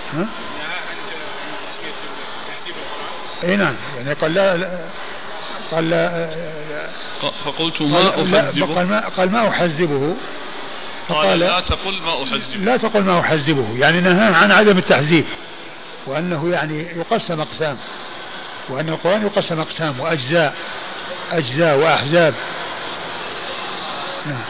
ها؟ اي نعم، يعني قال لا قال لا فقلت ما أحزبه، قال ما أحزبه، قال لا تقل ما أحزبه، لا تقل ما أحزبه، يعني نهى عن عدم التحزيب، وأنه يعني يقسم أقسام، وأن القرآن يقسم أقسام وأجزاء، أجزاء وأحزاب. نعم.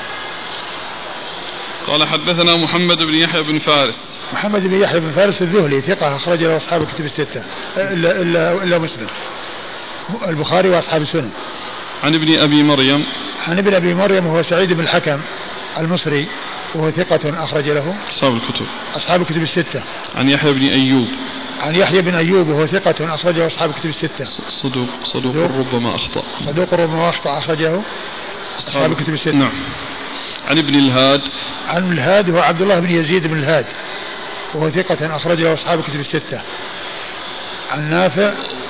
قال حدثنا محمد بن يحيى بن فارس. محمد بن يحيى بن فارس الذهلي ثقة أخرج له أصحاب الكتب الستة إلا مسلم، البخاري وأصحاب السنن. عن ابن أبي مريم. عن ابن أبي مريم هو سعيد بن الحكم المصري وهو ثقة أخرج له أصحاب الكتب الستة. عن يحيى بن أيوب. عن يحيى بن أيوب وهو ثقة أخرجه أصحاب الكتب الستة. صدوق ربما أخطأ. صدوق ربما أخطأ أخرجه أصحاب الكتب الستة. نعم. عن ابن الهاد. عن الهاد هو عبد الله بن يزيد بن الهاد وهو ثقة أخرجه أصحاب الكتب الستة. عن نافع.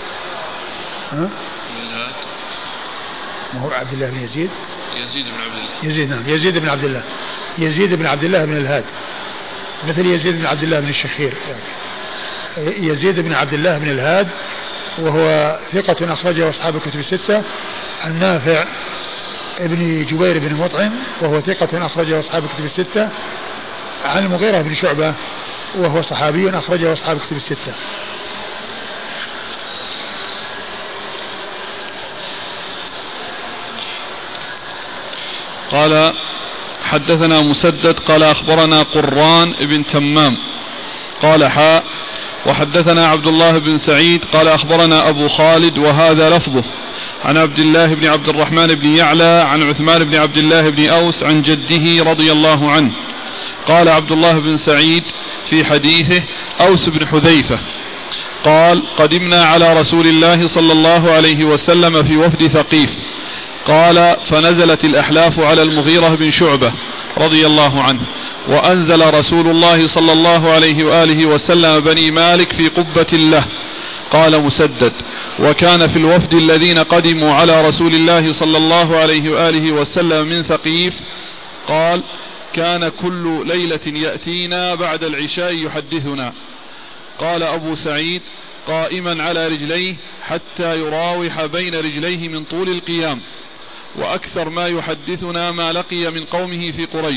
الهاد ما هو عبد الله بن يزيد. يزيد بن عبد الله. يزيد، نعم، يزيد بن عبد الله. يزيد بن عبد الله بن الهاد مثل يزيد بن عبد الله بن الشخير يعني. يزيد بن عبد الله بن الهاد وهو ثقة أخرجه أصحاب الكتب الستة. عن نافع ابن جبير بن مطعم وهو ثقة أخرجه أصحاب الكتب الستة. عن المغيرة بن شعبة وهو صحابي أخرجه أصحاب الكتب الستة. قال حدثنا مسدد قال أخبرنا قران بن تمام قال حاء وحدثنا عبد الله بن سعيد قال أخبرنا أبو خالد وهذا لفظه عن عبد الله بن عبد الرحمن بن يعلى عن عثمان بن عبد الله بن أوس عن جده رضي الله عنه. قال عبد الله بن سعيد في حديثه أوس بن حذيفة قال قدمنا على رسول الله صلى الله عليه وسلم في وفد ثقيف. قال فنزلت الأحلاف على المغيرة بن شعبة رضي الله عنه وأنزل رسول الله صلى الله عليه وآله وسلم بني مالك في قبة له. قال مسدد وكان في الوفد الذين قدموا على رسول الله صلى الله عليه وآله وسلم من ثقيف قال كان كل ليلة يأتينا بعد العشاء يحدثنا. قال أبو سعيد قائما على رجليه حتى يراوح بين رجليه من طول القيام وأكثر ما يحدثنا ما لقي من قومه في قريش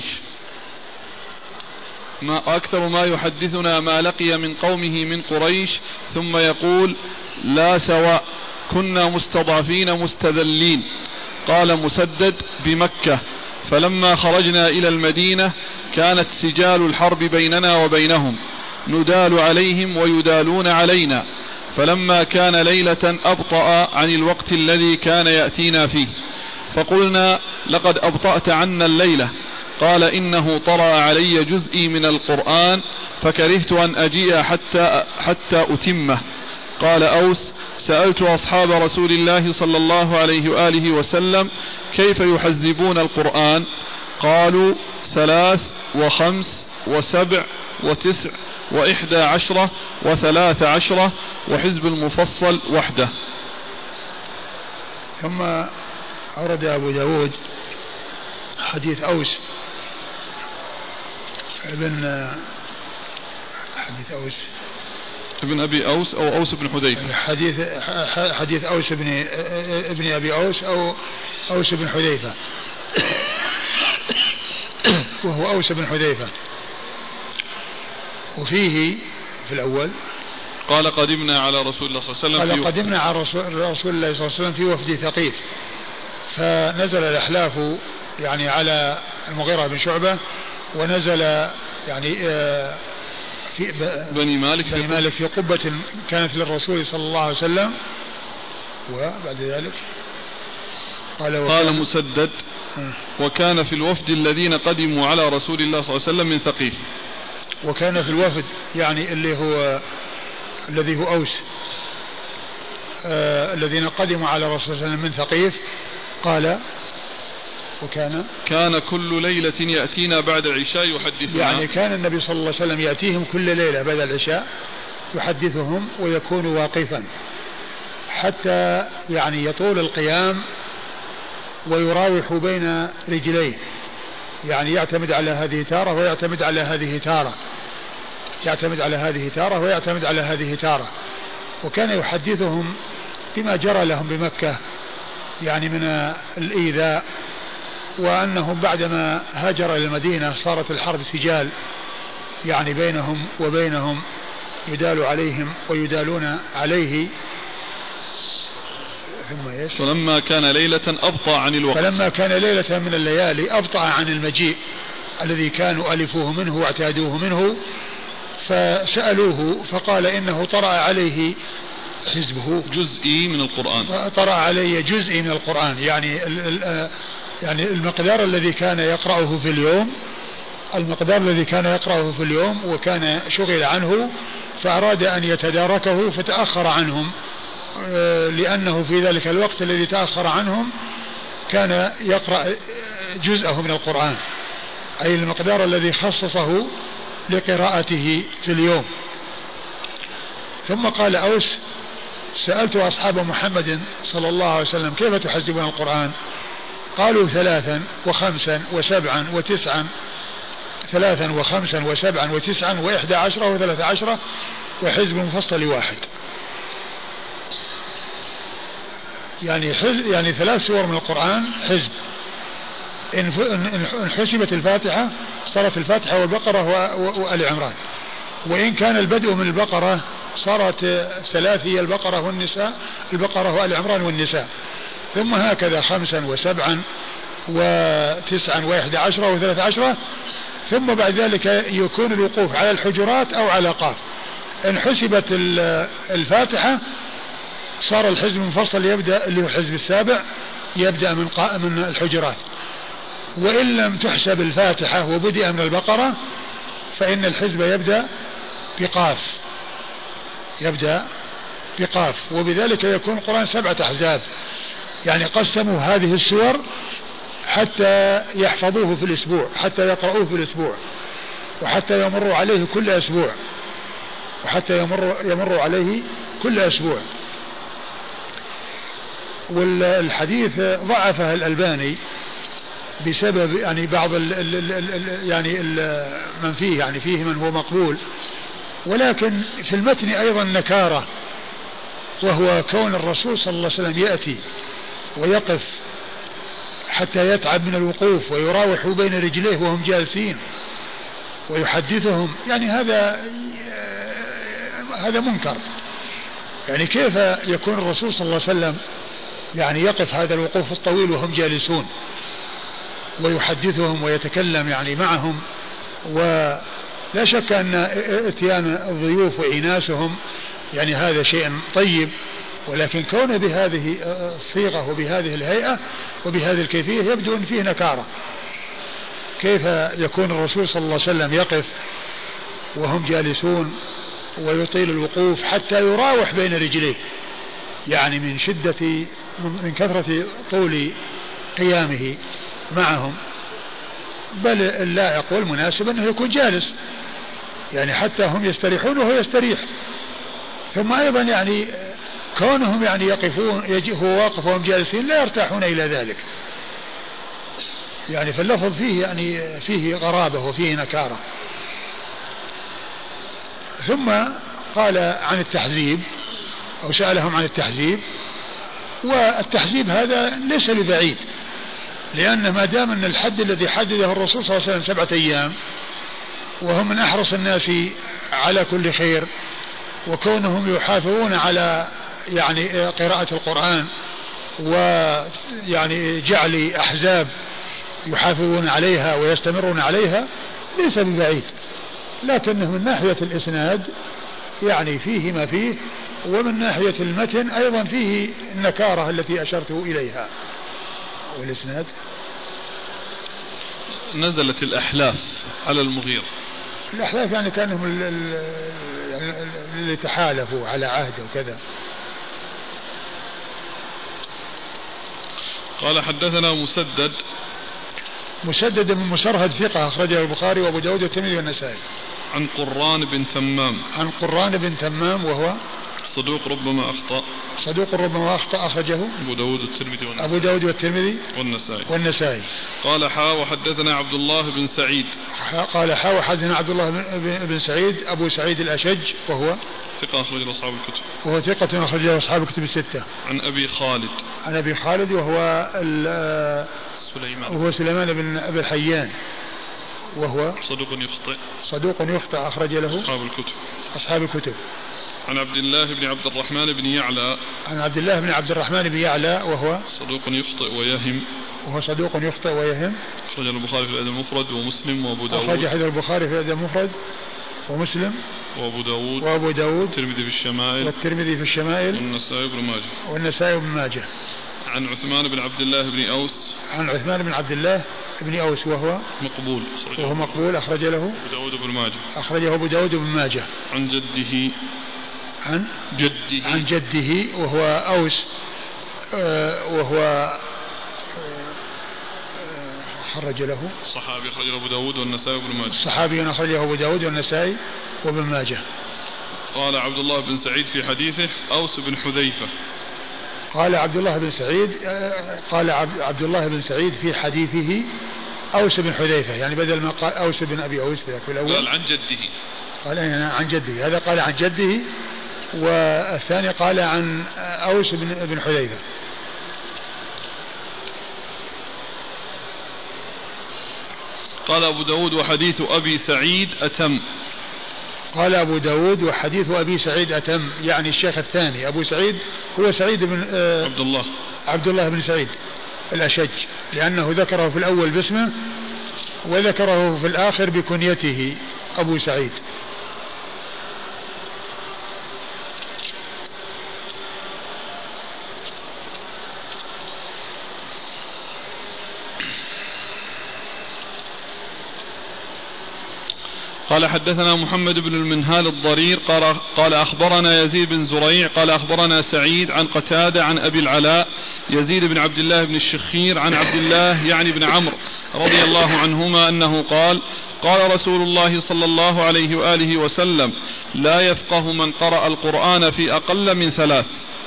أكثر ما يحدثنا ما لقي من قومه من قريش ثم يقول لا سواء كنا مستضعفين مستذلين. قال مسدد بمكة فلما خرجنا إلى المدينة كانت سجال الحرب بيننا وبينهم ندال عليهم ويدالون علينا فلما كان ليلة أبطأ عن الوقت الذي كان يأتينا فيه فقلنا لقد أبطأت عنا الليلة. قال إنه طرأ علي جزئي من القرآن فكرهت أن أجيء حتى أتمه. قال أوس سألت أصحاب رسول الله صلى الله عليه وآله وسلم كيف يحزبون القرآن؟ قالوا 3 و5 و7 و9 و11 و13 وحزب المفصل وحده. ثم أورد أبو داود حديث أوس ابن أبي أوس أو أوس بن حذيفة. حديث أوس ابن أبي أوس أو أوس بن حذيفة وهو أوس بن حذيفة. وفيه في الأول قال قدمنا على رسول الله صلى الله عليه وسلم قدمنا على رسول الله صلى الله عليه وسلم في وفد ثقيف فنزل الأحلاف يعني على المغيرة بن شعبة ونزل يعني في بني مالك في قبة كانت للرسول صلى الله عليه وسلم. وبعد ذلك قال مسدد وكان في الوفد الذين قدموا على رسول الله صلى الله عليه وسلم من ثقيف. وكان في الوفد يعني الذي هو أوس الذين قدموا على رسول الله صلى الله عليه وسلم من ثقيف. قال كان كل ليلة يأتينا بعد العشاء يحدثنا يعني كان النبي صلى الله عليه وسلم يأتيهم كل ليلة بعد العشاء يحدثهم ويكون واقفا حتى يعني يطول القيام ويراوح بين رجليه يعني يعتمد على هذه تارة ويعتمد على هذه تارة يعتمد على هذه تارة ويعتمد على هذه تارة. وكان يحدثهم بما جرى لهم بمكة يعني من الإيذاء، وأنهم بعدما هاجر إلى المدينة صارت الحرب سجال يعني بينهم وبينهم، يدال عليهم ويدالون عليه. فلما كان ليلة أبطأ عن الوقت، فلما كان ليلة من الليالي أبطأ عن المجيء الذي كانوا ألفوه منه واعتادوه منه، فسألوه فقال إنه طرأ عليه حزبه جزئي من القرآن، طرأ علي جزئي من القرآن، يعني المقدار الذي كان يقرأه في اليوم، المقدار الذي كان يقرأه في اليوم وكان شغل عنه فأراد أن يتداركه فتأخر عنهم، لأنه في ذلك الوقت الذي تأخر عنهم كان يقرأ جزءه من القرآن، أي المقدار الذي خصصه لقراءته في اليوم. ثم قال أوس: سألت أصحاب محمد صلى الله عليه وسلم كيف تحزبون القرآن؟ قالوا 3 و5 و7 و9، 3 و5 و7 و9 و11 و13 وحزب مفصل واحد. يعني 3 سور من القرآن حزب. إن حسبت الفاتحة صارت الفاتحة والبقرة وآل عمران، وإن كان البدء من البقرة صارت 3 هي البقرة والنساء، البقرة وآل عمران والنساء، ثم هكذا 5 و7 و9 و11 و13، ثم بعد ذلك يكون الوقوف على الحجرات أو على قاف. إن حسبت الفاتحة صار الحزب المفصل يبدأ اللي هو الحزب السابع يبدأ من الحجرات، وإن لم تحسب الفاتحة وبدأ من البقرة فإن الحزب يبدأ بقاف، وبذلك يكون القرآن 7 أحزاب. يعني قسموا هذه السور حتى يحفظوه في الأسبوع، حتى يقرؤوه في الأسبوع، وحتى يمروا عليه كل أسبوع، يمروا عليه كل أسبوع. والحديث ضعفه الألباني بسبب يعني بعض من فيه، يعني فيه من هو مقبول، ولكن في المتن أيضا نكارة، وهو كون الرسول صلى الله عليه وسلم يأتي ويقف حتى يتعب من الوقوف ويراوح بين رجليه وهم جالسين ويحدثهم، يعني هذا منكر. يعني كيف يكون الرسول صلى الله عليه وسلم يعني يقف هذا الوقوف الطويل وهم جالسون ويحدثهم ويتكلم يعني معهم؟ ولا شك أن اتيان الضيوف وإناسهم يعني هذا شيء طيب، ولكن كونه بهذه الصيغة وبهذه الهيئة وبهذه الكيفية يبدو أن فيه نكارة. كيف يكون الرسول صلى الله عليه وسلم يقف وهم جالسون ويطيل الوقوف حتى يراوح بين رجليه، يعني من كثرة طول قيامه معهم، بل اللائق والمناسب أنه يكون جالس، يعني حتى هم يستريحون وهو يستريح. ثم أيضا يعني كونهم يعني يقفون هو واقف وهم جالسين لا يرتاحون إلى ذلك، يعني فاللفظ فيه يعني فيه غرابة وفيه نكارة. ثم قال عن التحزيب أو سألهم عن التحزيب، والتحزيب هذا ليس ببعيد، لأن ما دام أن الحد الذي حدده الرسول صلى الله عليه وسلم 7 أيام وهم من أحرص الناس على كل خير، وكونهم يحافظون على يعني قراءة القرآن ويعني جعل أحزاب يحافظون عليها ويستمرون عليها ليس ببعيد، لكنه من ناحية الإسناد يعني فيه ما فيه، ومن ناحية المتن أيضا فيه النكارة التي أشرت إليها. والإسناد نزلت الأحلاف على المغيرة. الأحلاف يعني كانهم اللي تحالفوا على عهد وكذا. قال حدثنا مسدد من مسرهد ثقة أخرجه البخاري وأبو داود والترمذي والنسائي. عن قران بن تمام. عن قران بن تمام وهو صدوق ربما أخطأ. صدوق ربما أخطأ أخرجه أبو داود والترمذي والنسائي. أبو داود والترمذي والنسائي. قال وحدثنا عبد الله بن سعيد. قال وحدثنا عبد الله بن سعيد أبو سعيد الأشج وهو ثقة أخرجه أصحاب الكتب. وهو ثقة أخرجه أصحاب الكتب الستة. عن أبي خالد. عن أبي خالد وهو سليمان بن أبي الحيان وهو صدوق يخطئ أخرج له أصحاب الكتب. عن عبد الله بن عبد الرحمن بن يعلى. عن عبد الله بن عبد الرحمن بن يعلى وهو صدوق يخطئ ويهم. أخرج البخاري في الأدب المفرد ومسلم وأبو داود. أخرج حديث البخاري في الأدب المفرد ومسلم وأبو داود والترمذي في الشمائل والنسائي بن ماجه. عن عثمان بن عبد الله بن أوس. عن عثمان بن عبد الله بن أوس وهو مقبول أخرج له أخرجه أبو داود بن ماجه. عن جده وهو أوس وهو خرج له صحابي أخرجه أبو داود والنسائي وابن ماجه. صحابي أخرجه أبو داود والنسائي وابن ماجه. قال عبد الله بن سعيد في حديثه أوس بن حذيفة. قال عبد الله بن سعيد في حديثه أوس بن حذيفة، يعني بدل ما قال أوس بن أبي أوس في الأول قال عن جده. قال عن جده، هذا قال عن جده، والثاني قال عن أوس بن حذيفة. قال أبو داود وحديث أبي سعيد أتم. قال أبو داود وحديث أبي سعيد أتم، يعني الشيخ الثاني أبو سعيد هو سعيد بن عبد الله بن سعيد الأشج، لأنه ذكره في الأول باسمه وذكره في الآخر بكنيته أبو سعيد. قال حدثنا محمد بن المنهال الضرير قال أخبرنا يزيد بن زريع قال أخبرنا سعيد عن قتادة عن أبي العلاء يزيد بن عبد الله بن الشخير عن عبد الله يعني بن عمرو رضي الله عنهما أنه قال رسول الله صلى الله عليه وآله وسلم لا يفقه من قرأ القرآن في أقل من 3.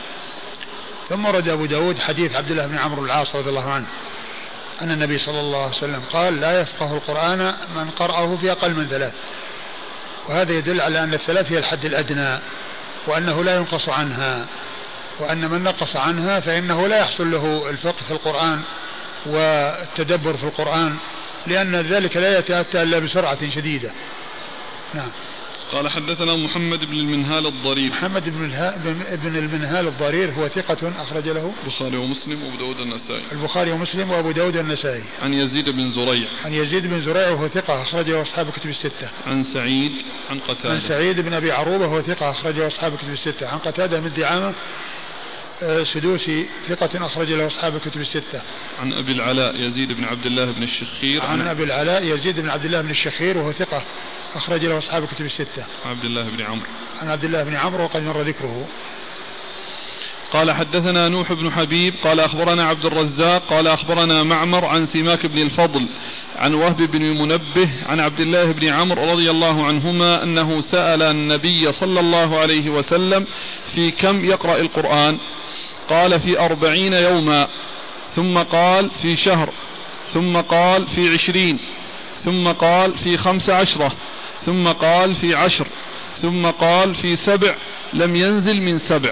ثم رد أبو داود حديث عبد الله بن عمرو العاص رضي الله عنه أن النبي صلى الله عليه وسلم قال لا يفقه القرآن من قرأه في أقل من 3، وهذا يدل على أن 3 هي الحد الأدنى، وأنه لا ينقص عنها، وأن من نقص عنها فإنه لا يحصل له الفقه في القرآن والتدبر في القرآن، لأن ذلك لا يتأتى إلا بسرعة شديدة. نعم. قال حدثنا محمد بن المنهال الضرير. محمد بن المنهال الضرير هو ثقة أخرج له البخاري ومسلم وأبو داود النسائي. البخاري ومسلم وأبو داود النسائي. عن يزيد بن زريع. عن يزيد بن زريع وهو ثقة أخرجه أصحاب الكتب الستة. عن سعيد عن قتادة. عن سعيد بن أبي عروبة وهو ثقة أخرجه أصحاب الكتب الستة. عن قتادة من دعامة سدوسي ثقة أخرج له أصحاب الكتب الستة. عن أبي العلاء يزيد بن عبد الله بن الشخير. عن أبي العلاء يزيد بن عبد الله بن الشخير وهو ثقة أخرج له أصحاب الكتب الستة. عن عبد الله بن عمرو. عن عبد الله بن عمرو وقد مر ذكره. قال حدثنا نوح بن حبيب قال أخبرنا عبد الرزاق قال أخبرنا معمر عن سماك بن الفضل عن وهب بن منبه عن عبد الله بن عمرو رضي الله عنهما أنه سأل النبي صلى الله عليه وسلم في كم يقرأ القرآن؟ قال في 40 يوما، ثم قال في شهر، ثم قال في 20، ثم قال في 15، ثم قال في 10، ثم قال في 7 لم ينزل من 7.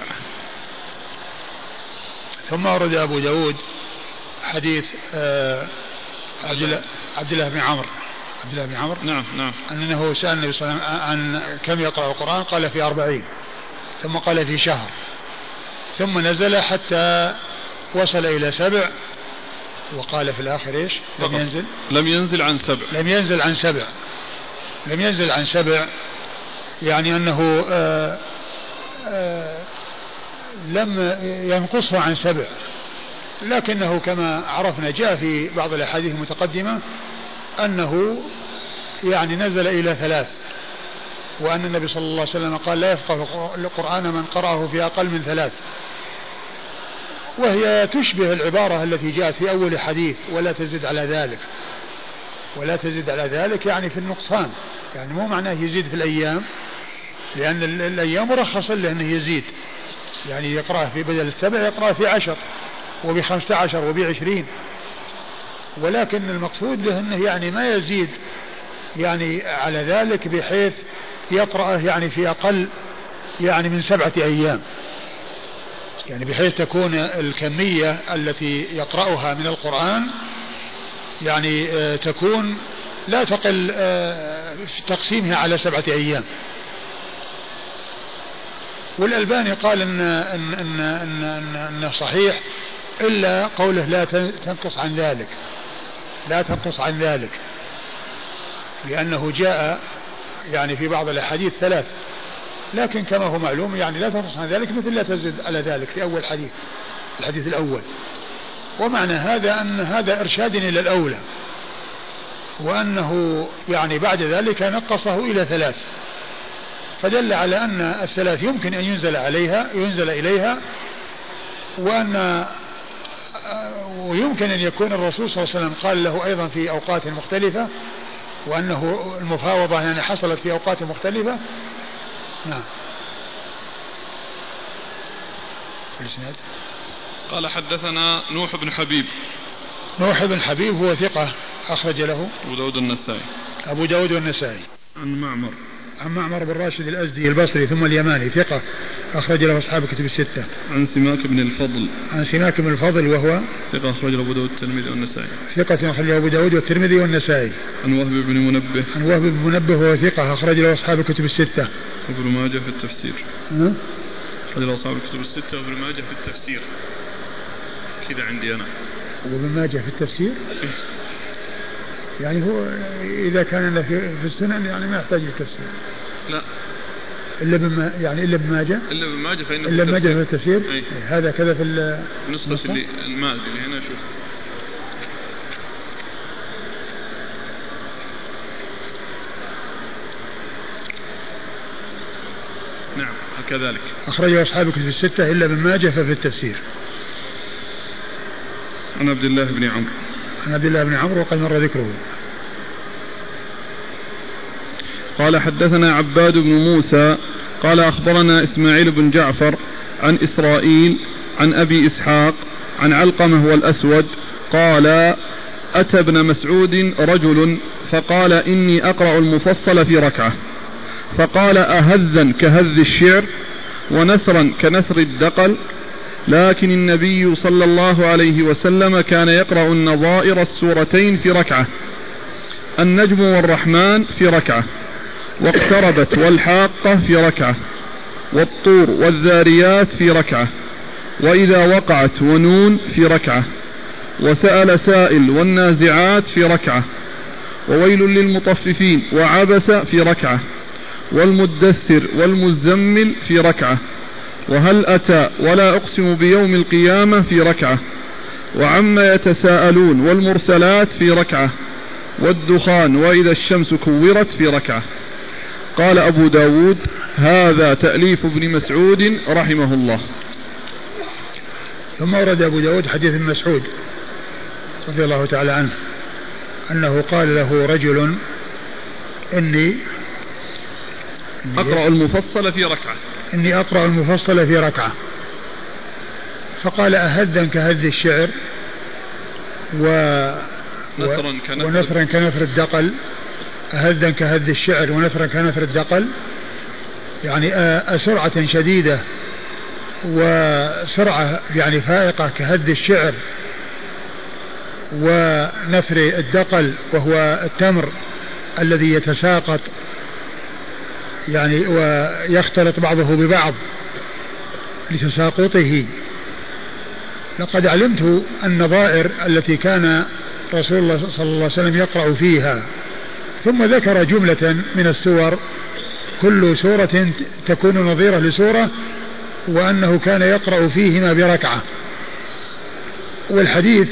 ثم ورد أبو داود حديث عبد الله بن عمرو. نعم أنه سأل النبي صلى الله عليه وسلم عن كم يقرأ القرآن، قال في 40، ثم قال في شهر، ثم نزل حتى وصل إلى 7، وقال في الآخر إيش؟ لم ينزل عن 7. يعني أنه لم ينقصه عن 7، لكنه كما عرفنا جاء في بعض الأحاديث المتقدمة أنه يعني نزل إلى 3، وأن النبي صلى الله عليه وسلم قال لا يفقه القرآن من قرأه في أقل من 3، وهي تشبه العبارة التي جاءت في أول حديث ولا تزد على ذلك يعني في النقصان، يعني مو معناه يزيد في الأيام، لأن الأيام مرخص له أنه يزيد، يعني يقرأه في بدل 7 يقرأه في 10 وب15 وب20. ولكن المقصود له أنه يعني ما يزيد يعني على ذلك بحيث يقرأه يعني في أقل يعني من 7 أيام، يعني بحيث تكون الكمية التي يقرأها من القرآن يعني تكون لا تقل في تقسيمها على 7 أيام. والألباني قال إن صحيح إلا قوله لا تنقص عن ذلك، لا تنقص عن ذلك، لأنه جاء يعني في بعض الأحاديث 3، لكن كما هو معلوم يعني لا تنقص عن ذلك مثل لا تزد على ذلك في أول حديث، الحديث الأول. ومعنى هذا أن هذا إرشاد إلى الأولى، وأنه يعني بعد ذلك نقصه إلى 3، فدل على أن 3 يمكن أن ينزل إليها، ويمكن أن يكون الرسول صلى الله عليه وسلم قال له أيضا في أوقات مختلفة، وأنه المفاوضة يعني حصلت في أوقات مختلفة. نعم. الإسناد قال حدثنا نوح بن حبيب. نوح بن حبيب هو ثقة أخرج له أبو داود والنسائي. عن معمر بن راشد الأزدي البصري ثم اليماني ثقة أخرج له أصحاب كتب الستة. عن سماك بن الفضل وهو ثقة أخرج له أبو داود والترمذي والنسائي. ثقة أخرج له أبو داود والترمذي والنسائي. عن وهب بن منبه وهو ثقة أخرج له أصحاب كتب الستة. وابن ماجه في التفسير. أخرج له أصحاب كتب الستة وابن ماجه في التفسير. كذا عندي أنا. وابن ماجه في التفسير. يعني هو إذا كان في السنن يعني ما يحتاج التفسير. لا. إلا ابن ماجه. فإنه إلا ابن ماجه في التفسير. هذا كذا في النسخة اللي الماجه اللي هنا شوف. نعم كذلك. أخرجه أصحاب كتب الستة إلا ابن ماجه ففي التفسير. عن عبد الله بن عمرو وقد مر ذكره. قال حدثنا عباد بن موسى قال أخبرنا إسماعيل بن جعفر عن إسرائيل عن أبي إسحاق عن علقمة والأسود قال أتى ابن مسعود رجل فقال إني أقرأ المفصل في ركعة، فقال أهذا كهذ الشعر ونثرا كنثر الدقل، لكن النبي صلى الله عليه وسلم كان يقرأ النظائر السورتين في ركعة، النجم والرحمن في ركعة، واقتربت والحاقة في ركعة، والطور والذاريات في ركعة، وإذا وقعت ونون في ركعة، وسأل سائل والنازعات في ركعة، وويل للمطففين وعبس في ركعة، والمدثر والمزمل في ركعة، وهل أتى ولا أقسم بيوم القيامة في ركعة، وعما يتساءلون والمرسلات في ركعة، والدخان وإذا الشمس كورت في ركعة. قال أبو داود هذا تأليف ابن مسعود رحمه الله. ثم ورد أبو داود حديث ابن مسعود رضي الله تعالى عنه أنه قال له رجل إني أقرأ المفصل في ركعة، فقال أهذا كهذ الشعر ونثرا كنثر الدقل، أهذا كهذ الشعر ونثرا كنثر الدقل، يعني أسرعة شديدة وسرعة يعني فائقة كهذ الشعر ونثر الدقل وهو التمر الذي يتساقط يعني ويختلط بعضه ببعض لتساقطه. لقد علمت النظائر التي كان رسول الله صلى الله عليه وسلم يقرأ فيها، ثم ذكر جملة من السور كل سورة تكون نظيرة لسورة، وأنه كان يقرأ فيهما بركعة. والحديث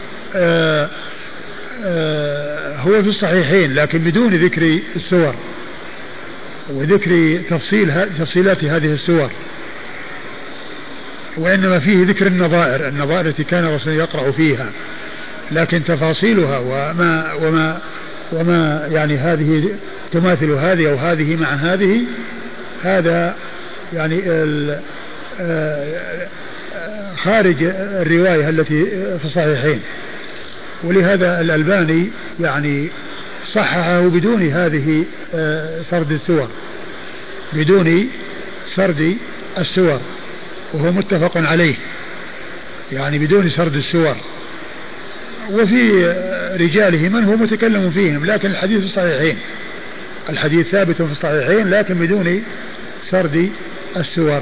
هو في الصحيحين لكن بدون ذكر السور وذكر تفصيلات هذه السور، وإنما فيه ذكر النظائر التي كان الرسول يقرأ فيها، لكن تفاصيلها وما يعني هذه تماثل هذه أو هذه مع هذه، هذا يعني خارج الرواية التي في الصحيحين، ولهذا الألباني يعني صححه بدون هذه سرد السور، بدون سرد السور، وهو متفق عليه يعني بدون سرد السور. وفي رجاله من هو متكلم فيهم، لكن الحديث في الصحيحين، الحديث ثابت في الصحيحين لكن بدون سرد السور.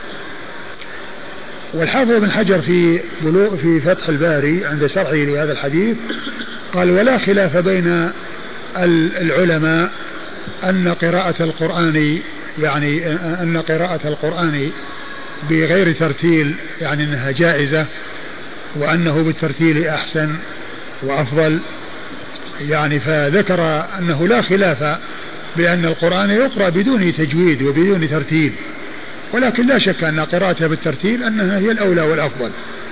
والحافظ ابن حجر في فتح الباري عند شرحه لهذا الحديث قال: ولا خلاف بين العلماء أن قراءة القرآن يعني أن قراءة القرآن بغير ترتيل يعني أنها جائزة، وأنه بالترتيل أحسن وأفضل يعني. فذكر أنه لا خلاف بأن القرآن يقرأ بدون تجويد وبدون ترتيل، ولكن لا شك أن قراءتها بالترتيل أنها هي الأولى والأفضل.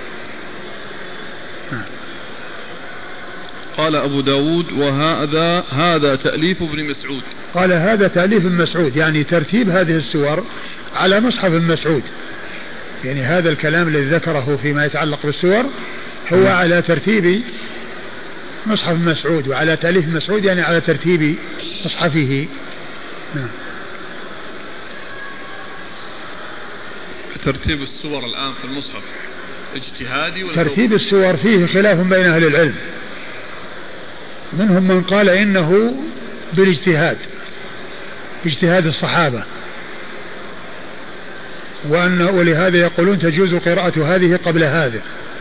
قال أبو داود: هذا تأليف ابن مسعود. قال: هذا تأليف ابن مسعود، يعني ترتيب هذه السور على مصحف ابن مسعود، يعني هذا الكلام الذي ذكره فيما يتعلق بالسور هو على ترتيب مصحف ابن مسعود، وعلى تأليف ابن مسعود يعني على ترتيب مصحفه. ترتيب السور الآن في المصحف اجتهادي ولا ترتيب السور فيه خلاف بين أهل العلم، منهم من قال إنه بالاجتهاد، باجتهاد الصحابة، ولهذا يقولون تجوز قراءة هذه قبل هذا.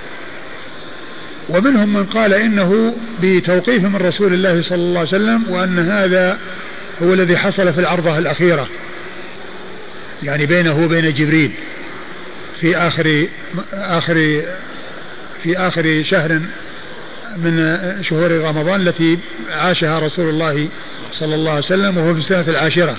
ومنهم من قال إنه بتوقيف من رسول الله صلى الله عليه وسلم، وأن هذا هو الذي حصل في العرضة الأخيرة يعني بينه وبين جبريل في آخر شهر من شهور رمضان التي عاشها رسول الله صلى الله عليه وسلم، وهو في السنة 10.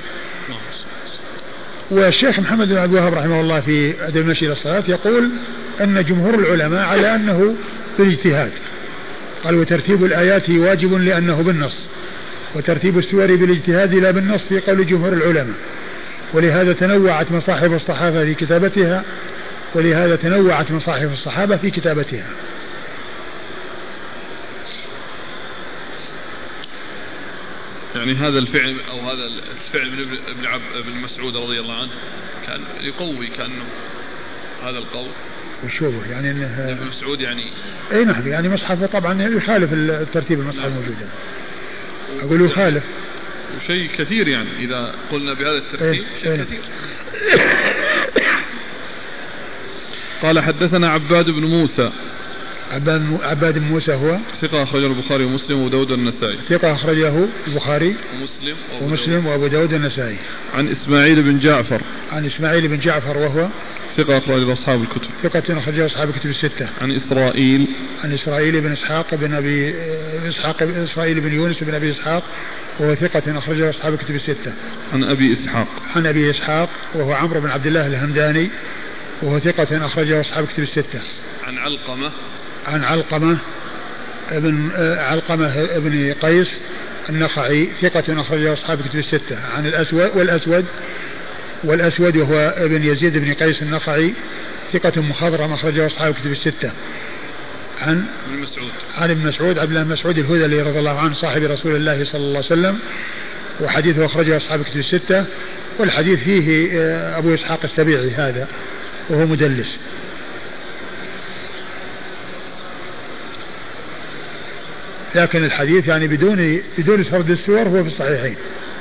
والشيخ محمد بن عبد الوهاب رحمه الله في أدب المشي إلى الصلاة يقول أن جمهور العلماء على أنه بالاجتهاد. قال: وترتيب الآيات واجب لأنه بالنص، وترتيب السور بالاجتهاد لا بالنص في قول جمهور العلماء، ولهذا تنوعت مصاحف الصحابة في كتابتها، ولهذا تنوعت مصاحف الصحابة في كتابتها. يعني هذا الفعل أو هذا الفعل من ابن مسعود رضي الله عنه كان يقوي كأنه هذا القول. وشو يعني انه ابن مسعود يعني اي نعم، يعني مصحفه طبعا يخالف الترتيب المصحف الموجود، اقول يخالف شيء كثير يعني اذا قلنا بهذا الترتيب شيء كثير. قال: حدثنا عباد بن موسى. عباد بن موسى هو ثقة أخرجه البخاري ومسلم وأبو داود النسائي. ثقة أخرجه البخاري ومسلم وأبو داود النسائي. عن إسماعيل بن جعفر. عن إسماعيل بن جعفر وهو ثقة أخرجه أصحاب الكتب. ثقة أخرجه أصحاب الكتب الستة. عن إسرائيل. عن إسرائيل بن إسحاق بن أبي إسحاق إسرائيل بن يونس بن أبي إسحاق وهو ثقة أخرجه أصحاب الكتب الستة. عن أبي إسحاق. عن أبي إسحاق وهو عمرو بن عبد الله الهمداني وهو ثقة أخرجه أصحاب الكتب الستة. عن علقمة. عن علقمة ابن قيس النخعي ثقة أخرجه أصحاب الكتب الستة. عن والأسود وهو ابن يزيد بن قيس النخعي ثقة مخضرم أخرجه أصحاب الكتب الستة. عن ابن مسعود عبد الله بن مسعود الهذلي رضي الله عنه صاحب رسول الله صلى الله عليه وسلم، وحديثه أخرجه أصحاب الكتب الستة. والحديث فيه أبو إسحاق السبيعي هذا وهو مدلس. لكن الحديث يعني بدون سرد السور هو في الصحيحين.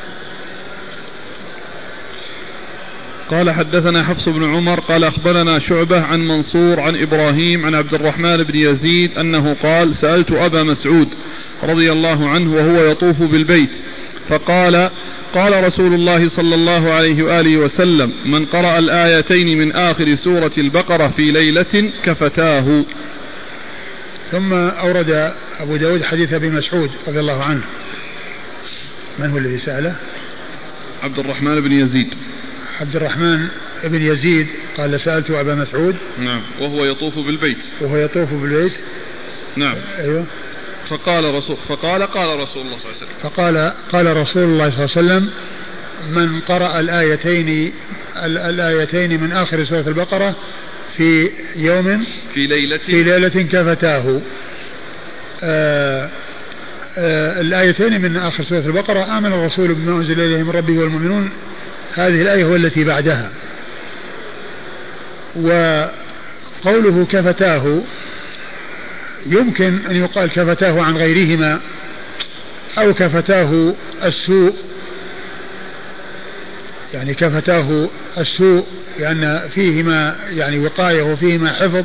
قال: حدثنا حفص بن عمر قال: أخبرنا شعبة عن منصور عن إبراهيم عن عبد الرحمن بن يزيد أنه قال: سألت أبا مسعود رضي الله عنه وهو يطوف بالبيت فقال: قال رسول الله صلى الله عليه وآله وسلم: من قرأ الآيتين من آخر سورة البقرة في ليلة كفتاه. ثم أورد أبو داود حديث أبي مسعود رضي الله عنه. من هو الذي سأله؟ عبد الرحمن بن يزيد. عبد الرحمن بن يزيد قال: سألت أبا مسعود. نعم. وهو يطوف بالبيت. نعم. أيوه. قال رسول الله صلى الله عليه وسلم. قال رسول الله صلى الله عليه وسلم: من قرأ الآيتين الآيتين من آخر سورة البقرة في يوم في ليلة كفتاه. الآيتين من آخر سورة البقرة آمن الرسول بما أنزل إليه من ربه والمؤمنون، هذه الآية والتي بعدها. وقوله كفتاه يمكن أن يقال كفتاه عن غيرهما أو كفتاه السوء، يعني كفتاه السوء لأن فيهما يعني وقاية وفيهما حفظ،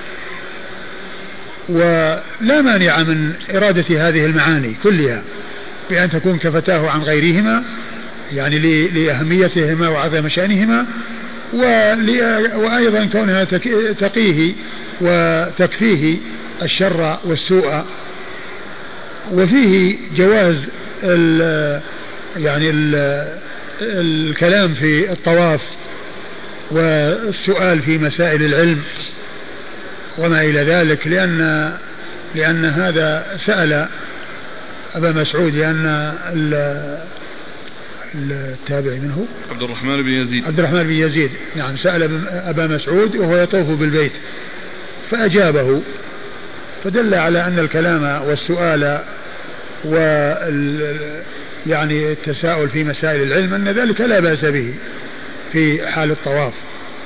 ولا مانع من إرادة هذه المعاني كلها بأن تكون كفتاه عن غيرهما يعني لأهميتهما وعظم شأنهما، وأيضا كونها تقيه وتكفيه الشر والسوء. وفيه جواز يعني الكلام في الطواف والسؤال في مسائل العلم وما إلى ذلك، لأن هذا سأل أبا مسعود، لأن التابعي منه عبد الرحمن بن يزيد يعني سأل أبا مسعود وهو يطوف بالبيت فأجابه، فدل على أن الكلام والسؤال يعني التساؤل في مسائل العلم أن ذلك لا بأس به في حال الطواف.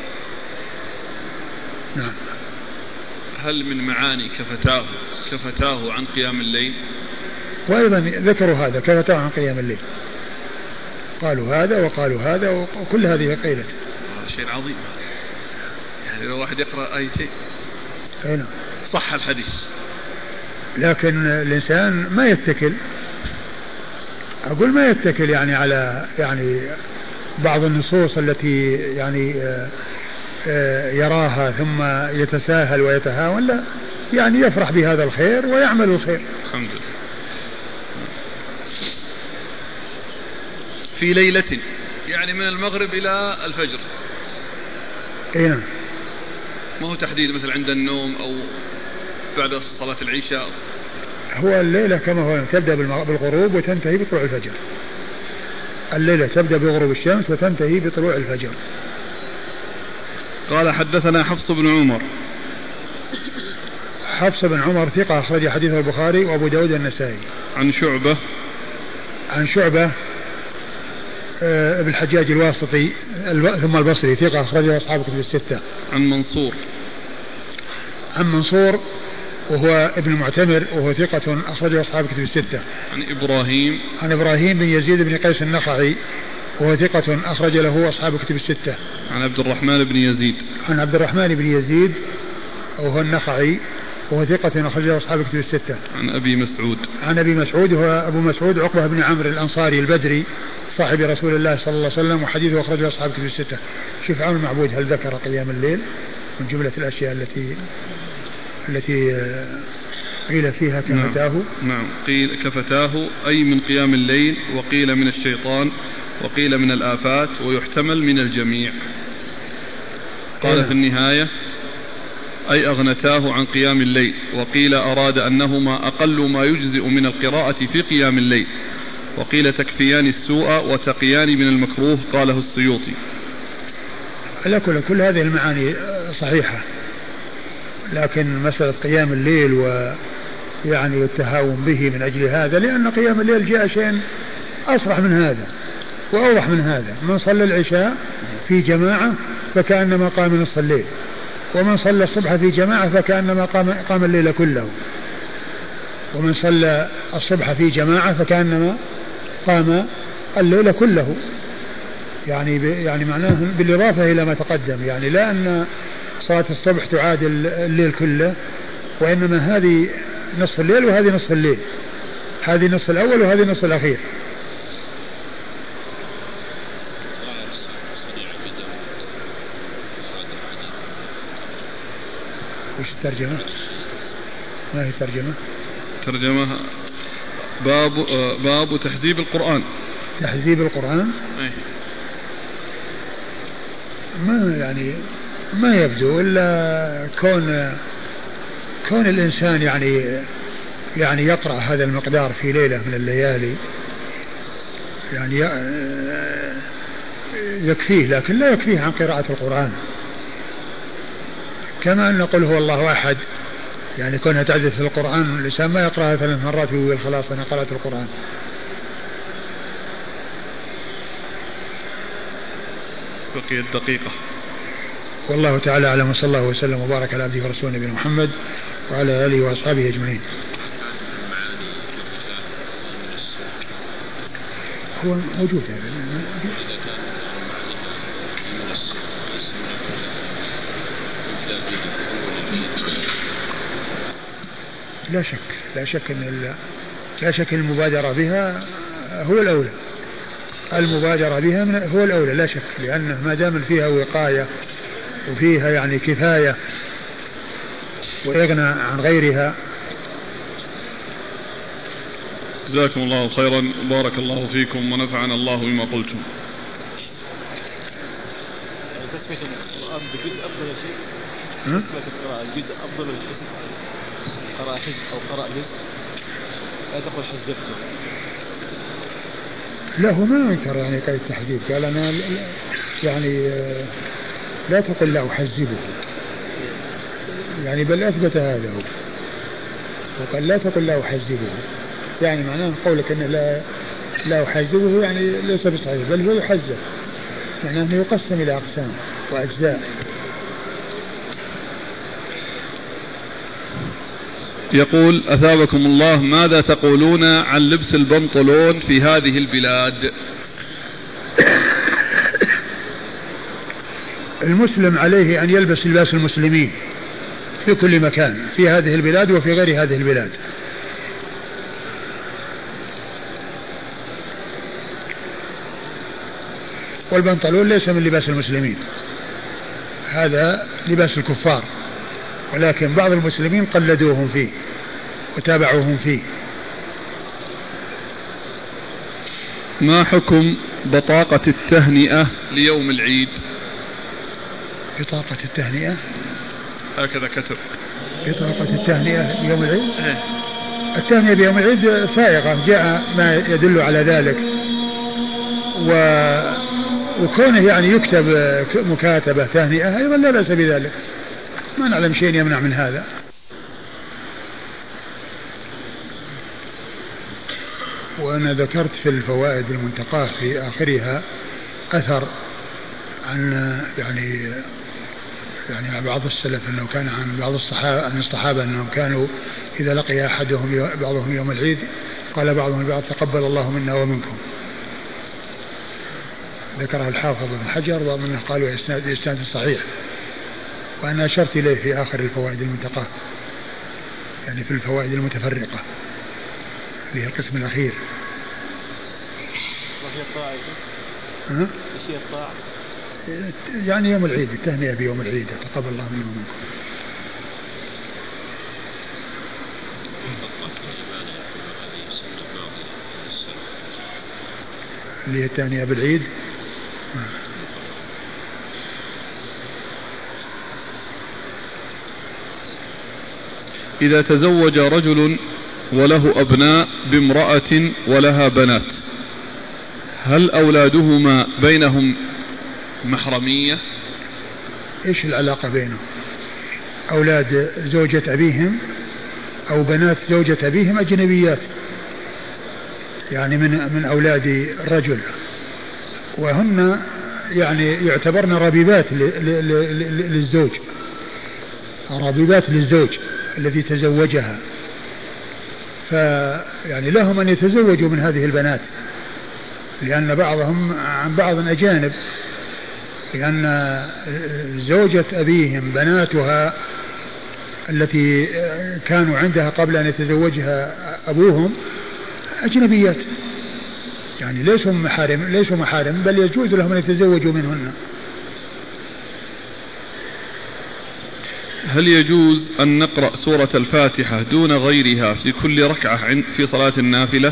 نعم. هل من معاني كفتاه عن قيام الليل؟ وأيضا ذكروا هذا كفتاه عن قيام الليل، قالوا هذا وقالوا هذا وكل هذه قيلت. شيء عظيم يعني لو واحد يقرأ آيتين صح الحديث، لكن الإنسان ما يتكل، أقول ما يتكل يعني على يعني بعض النصوص التي يعني يراها ثم يتساهل ويتهاون، لا يعني يفرح بهذا الخير ويعمل الخير. الحمد لله. في ليلة يعني من المغرب إلى الفجر. نعم. ما هو تحديد مثل عند النوم أو بعد صلاة العشاء. هو الليلة كما هو تبدأ بالغروب وتنتهي بطلوع الفجر. الليلة تبدأ بغروب الشمس وتنتهي بطلوع الفجر. قال حدثنا حفص بن عمر. حفص بن عمر ثقة أخرج حديثه البخاري وأبو داود والنسائي. عن شعبة ابن الحجاج الواسطي ثم البصري ثقة أخرجه أصحاب كتب الستة. عن منصور وهو ابن المعتمر وهو ثقة أخرجه أصحاب كتب الستة. عن إبراهيم بن يزيد بن قيس النخعي وهو ثقة أخرج له أصحاب كتب الستة. عن عبد الرحمن بن يزيد وهو النخعي وهو ثقة أخرجه أصحاب كتب الستة. عن أبي مسعود وهو أبو مسعود عقبة بن عمرو الأنصاري البدري صاحب رسول الله صلى الله عليه وسلم وحديثه أخرجه أصحاب كتب الستة. شوف عون المعبود هل ذكر قيام الليل من جملة الأشياء التي قيل فيها كفتاه؟ نعم قيل كفتاه أي من قيام الليل، وقيل من الشيطان، وقيل من الآفات، ويحتمل من الجميع. قال في النهاية أي أغنتاه عن قيام الليل، وقيل أراد أنهما أقل ما يجزئ من القراءة في قيام الليل، وقيل تكفيان السوء وتقيان من المكروه. قاله السيوطي. على كل هذه المعاني صحيحة، لكن مسألة قيام الليل ويعني التهاون به من أجل هذا، لأن قيام الليل جاء شيء أصرح من هذا وأوضح من هذا. من صلى العشاء في جماعة فكأنما قام نصف الليل، ومن صلى الصبح في جماعة فكأنما قام الليل كله، ومن صلى الصبح في جماعة فكأنما قام الليل كله. يعني معناه بالإضافة إلى ما تقدم، يعني لا أن صلاة الصبح تعادل الليل كله، وإنما هذه نصف الليل وهذه نصف الليل، هذه نصف الأول وهذه نصف الأخير. وش الترجمة؟ ما هي ترجمة باب تحذيب القرآن. تحذيب القرآن؟ ما يبدو إلا كون الإنسان يعني يقرأ هذا المقدار في ليلة من الليالي، يكفيه، لكن لا يكفيه عن قراءة القرآن. كما أن قل هو الله أحد يعني كونها تعدد في القرآن، الإنسان ما يقرأها 3 مرات ويقول خلاص أنا قرأت القرآن. بقي الدقيقة. والله تعالى أعلم، وصلى الله وسلم وبارك على عبده ورسوله نبينا محمد وعلى آله وأصحابه أجمعين. هو موجود هذا. لا شك المبادرة بها هو الأولى، المبادرة بها هو الأولى لا شك، لأنه ما دام فيها وقاية وفيها يعني كفاية ويغنى عن غيرها. جزاكم الله خيرا، بارك الله فيكم ونفعنا الله بما قلتم. تسمية القرآن بجزء أفضل شيء؟ تسمية القراءة الجزء أفضل من الحزب، قراءة حزب أو قراءة جزء لا تقول حزبته. لا هو ما ينكر يعني قيد التحزيب، قال أنا يعني لا تقل لا أحزبه يعني بل أثبت هذا هو، وقال لا تقل لا أحزبه يعني معناه قولك أنه لا أحزبه يعني ليس بصحيح، بل هو يحزب يعني أنه يقسم إلى أقسام وأجزاء. يقول أثابكم الله، ماذا تقولون عن لبس البنطلون في هذه البلاد؟ المسلم عليه أن يلبس لباس المسلمين في كل مكان في هذه البلاد وفي غير هذه البلاد. والبنطلون ليس من لباس المسلمين، هذا لباس الكفار، ولكن بعض المسلمين قلدوهم فيه وتابعوهم فيه. ما حكم بطاقة التهنئة ليوم العيد؟ بطاقة التهنئة هكذا كتب. بطاقة التهنئة ليوم العيد؟ التهنئة بيوم العيد سائغة، جاء ما يدل على ذلك، وكونه يعني يكتب مكاتبة تهنئة أيضا لا بأس بذلك، ما نعلم شيء يمنع من هذا. وأنا ذكرت في الفوائد المنتقاة في آخرها أثر عن يعني بعض السلف أنه كان عن بعض الصحابة أنهم كانوا إذا لقي أحدهم بعضهم يوم العيد قال بعضهم البعض تقبل الله منا ومنكم. ذكرها الحافظ ابن حجر، ومنه قالوا إسناد صحيح، وأنا أشرت إليه في آخر الفوائد المنتقاة يعني في الفوائد المتفرقة في القسم الأخير. وهي الطاعة وهي الطاعة يعني يوم العيد، التهنئة بيوم العيد تقبل الله منا ومنكم. اللي هي التهنئة بالعيد. إذا تزوج رجل وله أبناء بامرأة ولها بنات، هل أولادهما بينهم محرمية؟ إيش العلاقة بينهم؟ أولاد زوجة أبيهم أو بنات زوجة أبيهم أجنبيات، يعني من أولاد الرجل، وهن يعني يعتبرن ربيبات للزوج، ربيبات للزوج الذي تزوجها، فيعني لهم أن يتزوجوا من هذه البنات، لأن بعضهم عن بعض أجانب، لأن زوجة أبيهم بناتها التي كانوا عندها قبل أن يتزوجها أبوهم أجنبيات، يعني ليسوا محارم بل يجوز لهم أن يتزوجوا منهن. هل يجوز أن نقرأ سورة الفاتحة دون غيرها في كل ركعة في صلاة النافلة؟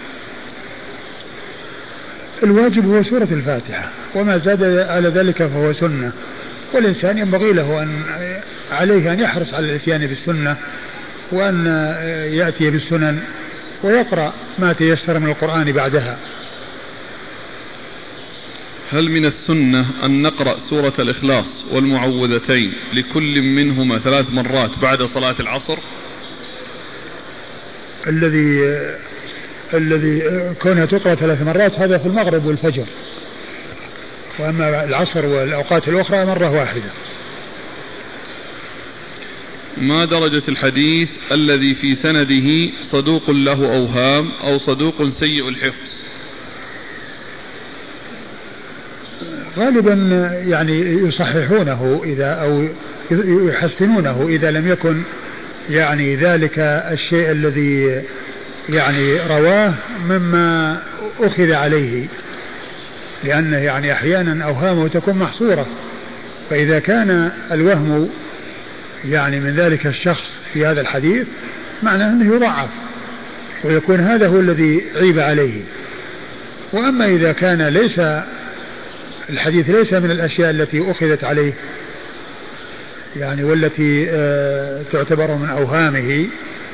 الواجب هو سورة الفاتحة، وما زاد على ذلك فهو سنة، والإنسان ينبغي له عليه أن يحرص على الاتيان بالسنة، وأن يأتي بالسنن ويقرأ ما تيسر من القرآن بعدها. هل من السنة أن نقرأ سورة الإخلاص والمعوذتين لكل منهما 3 مرات بعد صلاة العصر؟ الذي كونها تقرأ 3 مرات هذا في المغرب والفجر، وأما العصر والأوقات الأخرى مرة واحدة. ما درجة الحديث الذي في سنده صدوق له أوهام أو صدوق سيء الحفظ؟ غالبا يعني يصححونه أو يحسنونه إذا لم يكن يعني ذلك الشيء الذي يعني رواه مما أخذ عليه، لأنه يعني أحيانا أوهامه تكون محصورة، فإذا كان الوهم يعني من ذلك الشخص في هذا الحديث معناه أنه يضعف ويكون هذا هو الذي عيب عليه. وأما إذا كان ليس الحديث ليس من الأشياء التي أخذت عليه يعني والتي تعتبر من أوهامه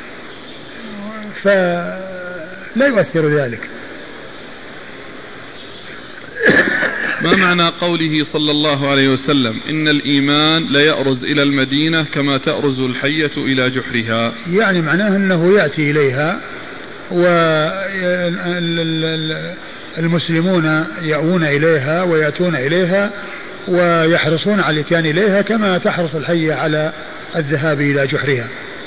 فلا يؤثر ذلك. ما معنى قوله صلى الله عليه وسلم إن الإيمان لا يأرز إلى المدينة كما تأرز الحية إلى جحرها؟ يعني معناه أنه يأتي إليها والمسلمون يأوون إليها ويأتون إليها ويحرصون على الاتيان إليها كما تحرص الحية على الذهاب إلى جحرها.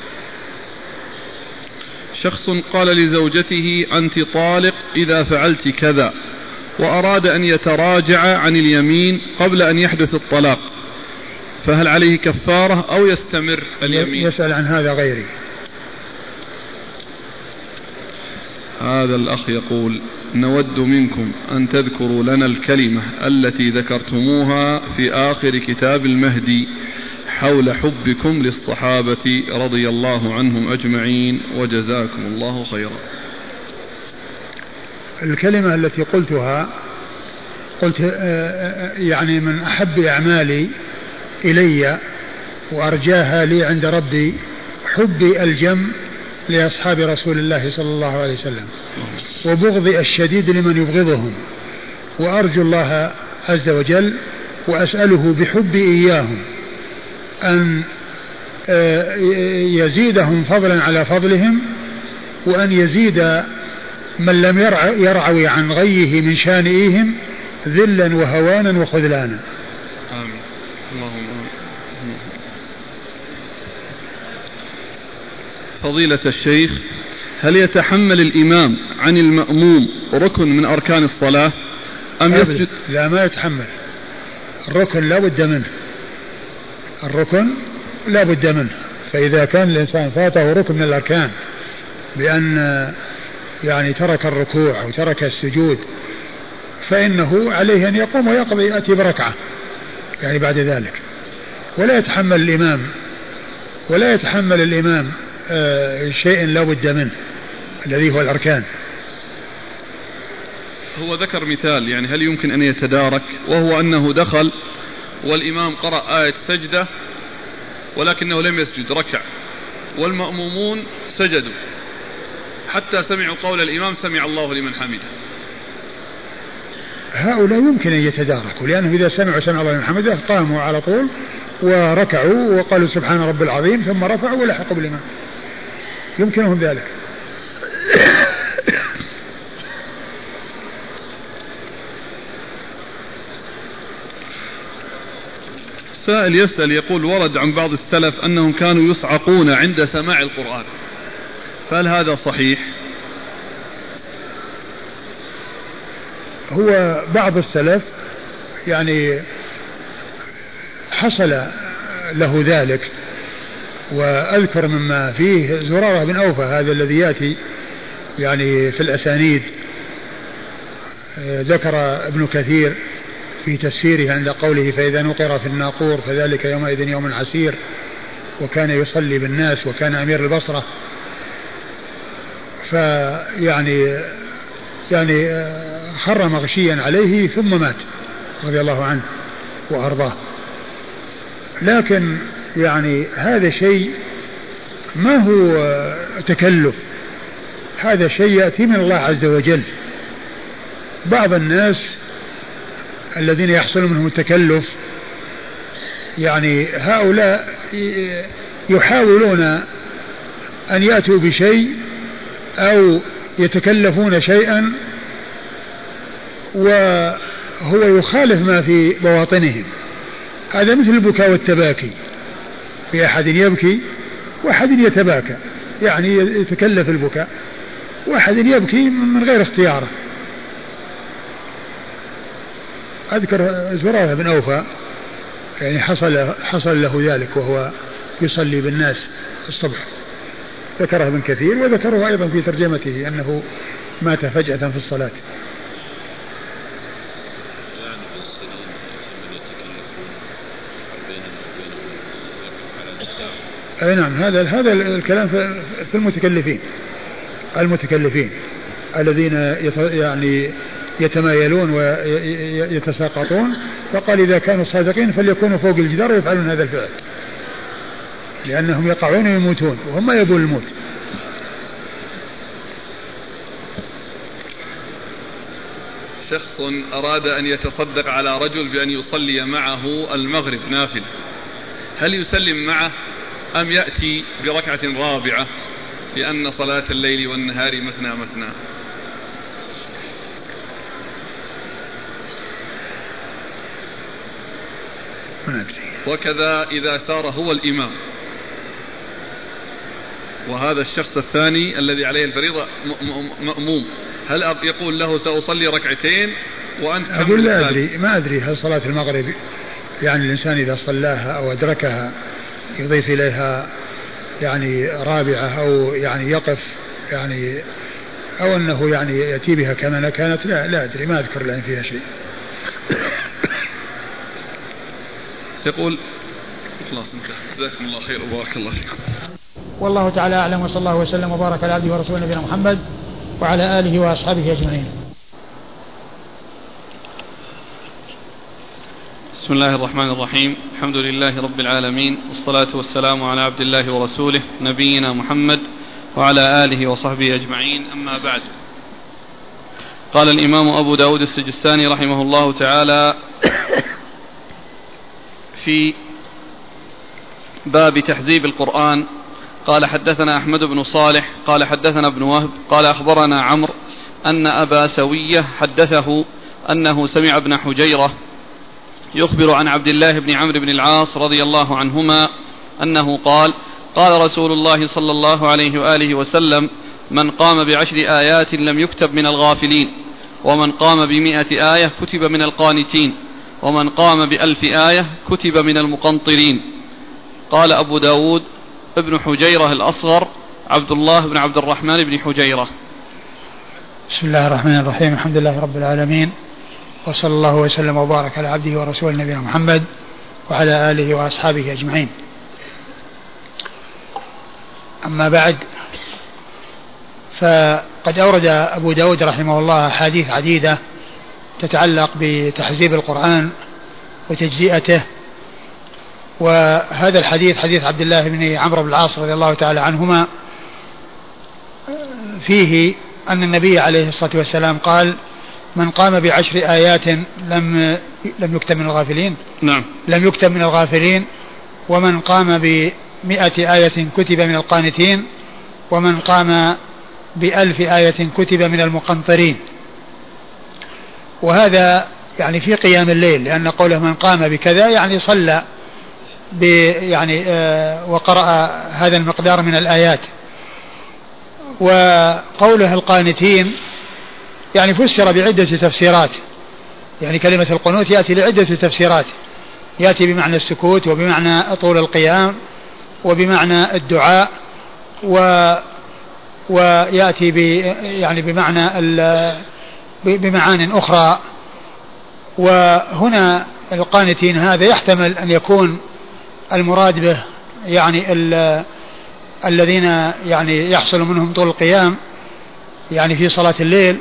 شخص قال لزوجته أنت طالق إذا فعلت كذا، وأراد أن يتراجع عن اليمين قبل أن يحدث الطلاق، فهل عليه كفارة أو يستمر اليمين؟ يسأل عن هذا غيري. هذا الأخ يقول نود منكم أن تذكروا لنا الكلمة التي ذكرتموها في آخر كتاب المهدي حول حبكم للصحابة رضي الله عنهم أجمعين وجزاكم الله خيرا. الكلمة التي قلتها قلت يعني من أحب أعمالي إلي وأرجاها لي عند ربي حبي الجم لأصحاب رسول الله صلى الله عليه وسلم وبغضي الشديد لمن يبغضهم، وأرجو الله عز وجل وأسأله بحبي إياهم أن يزيدهم فضلا على فضلهم، وأن يزيد من لم يرعوي عن غيه من شانئهم ذلا وهوانا وخذلانا. آمين. اللهم فضيلة الشيخ، هل يتحمل الإمام عن المأموم ركن من أركان الصلاة أم يسجد؟ لا، ما يتحمل. الركن لا بد منه، الركن لا بد منه. فإذا كان الإنسان فاته ركن من الأركان بأن يعني ترك الركوع أو ترك السجود فإنه عليه أن يقوم ويقضي يأتي بركعة يعني بعد ذلك، ولا يتحمل الإمام شيء لا بد منه الذي هو الأركان. هو ذكر مثال، يعني هل يمكن أن يتدارك، وهو أنه دخل والإمام قرأ آية سجدة ولكنه لم يسجد، ركع، والمأمومون سجدوا حتى سمعوا قول الإمام سمع الله لمن حمده. هؤلاء يمكن أن يتداركوا، لأنه إذا سمعوا سمع الله لمن حمده قاموا على طول وركعوا وقالوا سبحان رب العظيم ثم رفعوا ولحقوا بالإمام، يمكنهم ذلك. سائل يسأل يقول ورد عن بعض السلف أنهم كانوا يصعقون عند سماع القرآن، فهل هذا صحيح؟ هو بعض السلف يعني حصل له ذلك، وأذكر مما فيه زرارة بن أوفى هذا الذي يأتي يعني في الأسانيد، ذكر ابن كثير في تفسيره عند قوله فإذا نقر في الناقور فذلك يومئذ يوم عسير، وكان يصلي بالناس وكان أمير البصرة، فيعني خر مغشيا عليه ثم مات رضي الله عنه وأرضاه. لكن يعني هذا شيء ما هو تكلف، هذا شيء يأتي من الله عز وجل. بعض الناس الذين يحصل منهم التكلف، يعني هؤلاء يحاولون أن يأتوا بشيء أو يتكلفون شيئا وهو يخالف ما في بواطنهم. هذا مثل البكاء والتباكي، في أحد يبكي وأحد يتباكى، يعني يتكلف البكاء، وأحد يبكي من غير اختياره. أذكر زرارة بن أوفى يعني حصل له ذلك وهو يصلي بالناس الصبح، ذكره ابن كثير وذكره أيضا في ترجمته أنه مات فجأة في الصلاة. أي نعم، هذا الكلام في المتكلفين الذين يعني يتمايلون ويتساقطون، فقال إذا كانوا صادقين فليكونوا فوق الجدار ويفعلون هذا الفعل، لأنهم يقعون ويموتون وهم ما يبون الموت. شخص أراد أن يتصدق على رجل بأن يصلي معه المغرب نافل، هل يسلم معه أم يأتي بركعة رابعة، لأن صلاة الليل والنهار مثنى مثنى؟ وكذا إذا سار هو الإمام وهذا الشخص الثاني الذي عليه الفريضة مأموم، هل يقول له سأصلي ركعتين وأنت أقول لا أدري، ما أدري هل صلاة المغرب يعني الإنسان إذا صلاها أو أدركها يضيف إليها يعني رابعة أو يعني يقف يعني أو أنه يعني يأتي بها كما كانت، لا أدري، ما أذكر لأن فيها شيء. يقول خلاص انتهى، جزاكم الله خير وبارك الله فيكم. والله تعالى أعلم، وصلى الله وسلم وبارك على عبده ورسوله نبينا محمد وعلى آله وأصحابه أجمعين. بسم الله الرحمن الرحيم، الحمد لله رب العالمين، والصلاة والسلام على عبد الله ورسوله نبينا محمد وعلى آله وصحبه أجمعين، أما بعد. قال الإمام أبو داود السجستاني رحمه الله تعالى في باب تحزيب القرآن، قال حدثنا أحمد بن صالح قال حدثنا ابن وهب قال أخبرنا عمرو أن أبا سوية حدثه أنه سمع ابن حجيرة يخبر عن عبد الله بن عمرو بن العاص رضي الله عنهما أنه قال: قال رسول الله صلى الله عليه وآله وسلم: من قام بعشر آيات لم يكتب من الغافلين، ومن قام ب100 آية كتب من القانتين، ومن قام ب1000 آية كتب من المقنطرين. قال أبو داود: ابن حجيرة الأصغر عبد الله بن عبد الرحمن بن حجيرة. بسم الله الرحمن الرحيم، الحمد لله رب العالمين، وصلى الله وسلم وبارك على عبده ورسوله نبينا محمد وعلى آله وأصحابه أجمعين. أما بعد، فقد أورد أبو داود رحمه الله حديث عديدة تتعلق بتحزيب القرآن وتجزئته، وهذا الحديث حديث عبد الله بن عمرو بن العاص رضي الله تعالى عنهما فيه أن النبي عليه الصلاة والسلام قال: من قام ب10 آيات لم يكتب من الغافلين. نعم. لم يكتب من الغافلين، ومن قام ب100 آية كتب من القانتين، ومن قام ب1000 آية كتب من المقنطرين. وهذا يعني في قيام الليل، لأن قوله من قام بكذا يعني صلى يعني وقرأ هذا المقدار من الآيات. وقوله القانتين يعني فسر بعدة تفسيرات، يعني كلمة القنوت يأتي لعدة تفسيرات، يأتي بمعنى السكوت، وبمعنى طول القيام، وبمعنى الدعاء، ويأتي يعني بمعنى بمعان أخرى. وهنا القانتين هذا يحتمل أن يكون المراد به يعني الذين يعني يحصل منهم طول القيام يعني في صلاة الليل،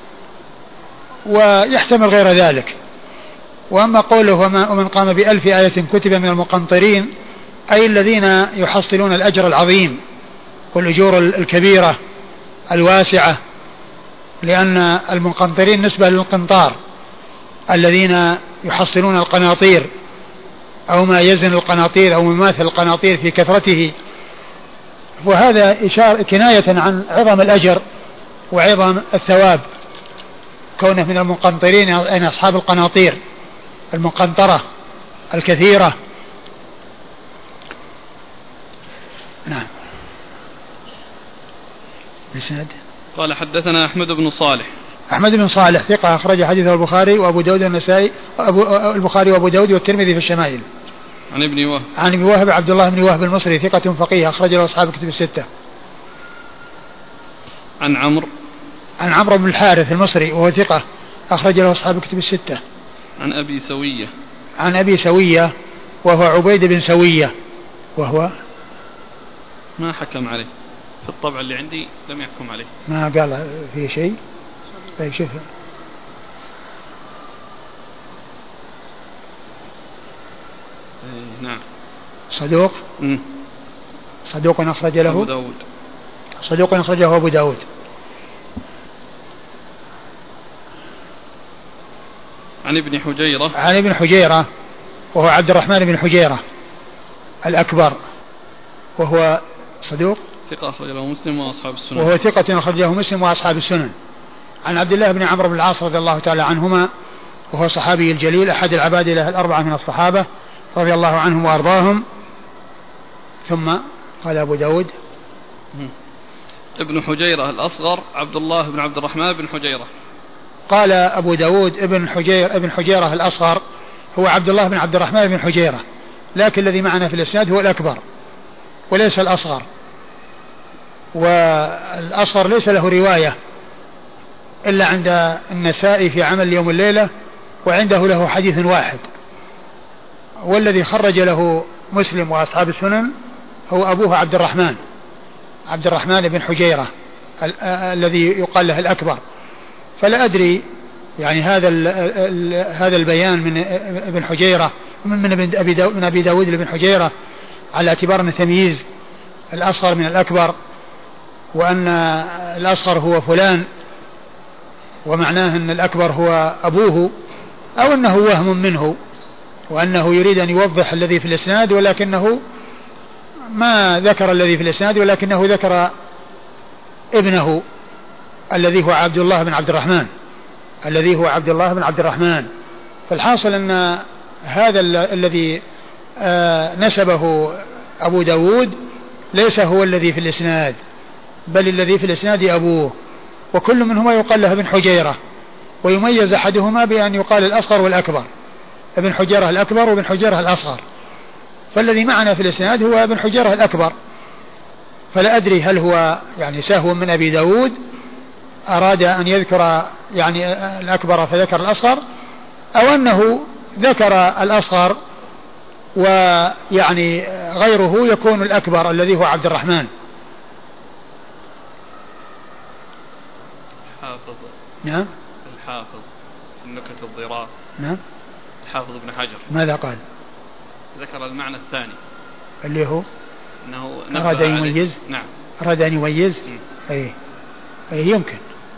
ويحتمل غير ذلك. وأما قوله ومن قام ب1000 آية كتب من المقنطرين، أي الذين يحصلون الأجر العظيم والأجور الكبيرة الواسعة، لأن المقنطرين نسبة للقنطار، الذين يحصلون القناطير أو ما يزن القناطير أو مماثل القناطير في كثرته. وهذا كناية عن عظم الأجر وعظم الثواب، كونه من المقنطرين أن أصحاب القناطير المقنطرة الكثيرة. نعم. قال حدثنا أحمد بن صالح. أحمد بن صالح ثقة أخرج حديثه البخاري وأبو داود والنسائي، البخاري وأبو داود والترمذي في الشمائل. عن ابن وهب. عن ابن وهب عبد الله بن وهب المصري ثقة فقيه أخرج له أصحاب الكتب الستة. عن عمرو بن الحارث المصري وهو ثقة أخرج له أصحاب الكتب الستة. عن أبي سوية وهو عبيد بن سوية وهو ما حكم عليه في الطبع اللي عندي، لم يحكم عليه، ما قال فيه شيء. طيب شوف نعم. صدوق أخرج له أبو داود. صدوق أخرجه أبو داود. عن ابن حجيرة وهو عبد الرحمن بن حجيرة الأكبر وهو صدوق ثقة أخرجه مسلم وأصحاب السنن. وهو ثقة أخرجه مسلم وأصحاب السنن. عن عبد الله بن عمرو بن العاص رضي الله تعالى عنهما وهو صحابي الجليل أحد العبادلة الأربعة من الصحابة رضي الله عنهم وأرضاهم. ثم قال أبو داود ابن حجيرة الأصغر عبد الله بن عبد الرحمن بن حجيرة. قال أبو داود ابن حجيرة الأصغر هو عبد الله بن عبد الرحمن بن حجيرة، لكن الذي معنا في الإسناد هو الأكبر وليس الأصغر، والأصغر ليس له رواية إلا عند النسائي في عمل يوم الليلة، وعنده له حديث واحد، والذي خرج له مسلم وأصحاب السنن هو أبوه عبد الرحمن بن حجيرة الذي يقال له الأكبر. فلا أدري يعني هذا البيان من ابن حجيرة من أبي داود لابن حجيرة على اعتبار أن تمييز الأصغر من الأكبر، وأن الأصغر هو فلان ومعناه أن الأكبر هو أبوه، أو أنه وهم منه وأنه يريد أن يوضح الذي في الإسناد ولكنه ما ذكر الذي في الإسناد، ولكنه ذكر ابنه الذي هو عبد الله بن عبد الرحمن. فالحاصل أن هذا الذي نسبه أبو داود ليس هو الذي في الإسناد، بل الذي في الإسناد أبوه، وكل منهما يقال له ابن حجيرة، ويميز أحدهما بأن يقال الأصغر والأكبر، ابن حجيرة الأكبر وابن حجيرة الأصغر. فالذي معنا في الإسناد هو ابن حجيرة الأكبر، فلا أدري هل هو يعني سهو من أبي داود أراد أن يذكر يعني الأكبر فذكر الأصغر، أو أنه ذكر الأصغر ويعني غيره يكون الأكبر الذي هو عبد الرحمن. نعم. الحافظ النكت الضراء. نعم. الحافظ ابن حجر ماذا قال؟ ذكر المعنى الثاني اللي هو أنه أراد أن يميز. نعم. أراد أن يميز. أي يمكن.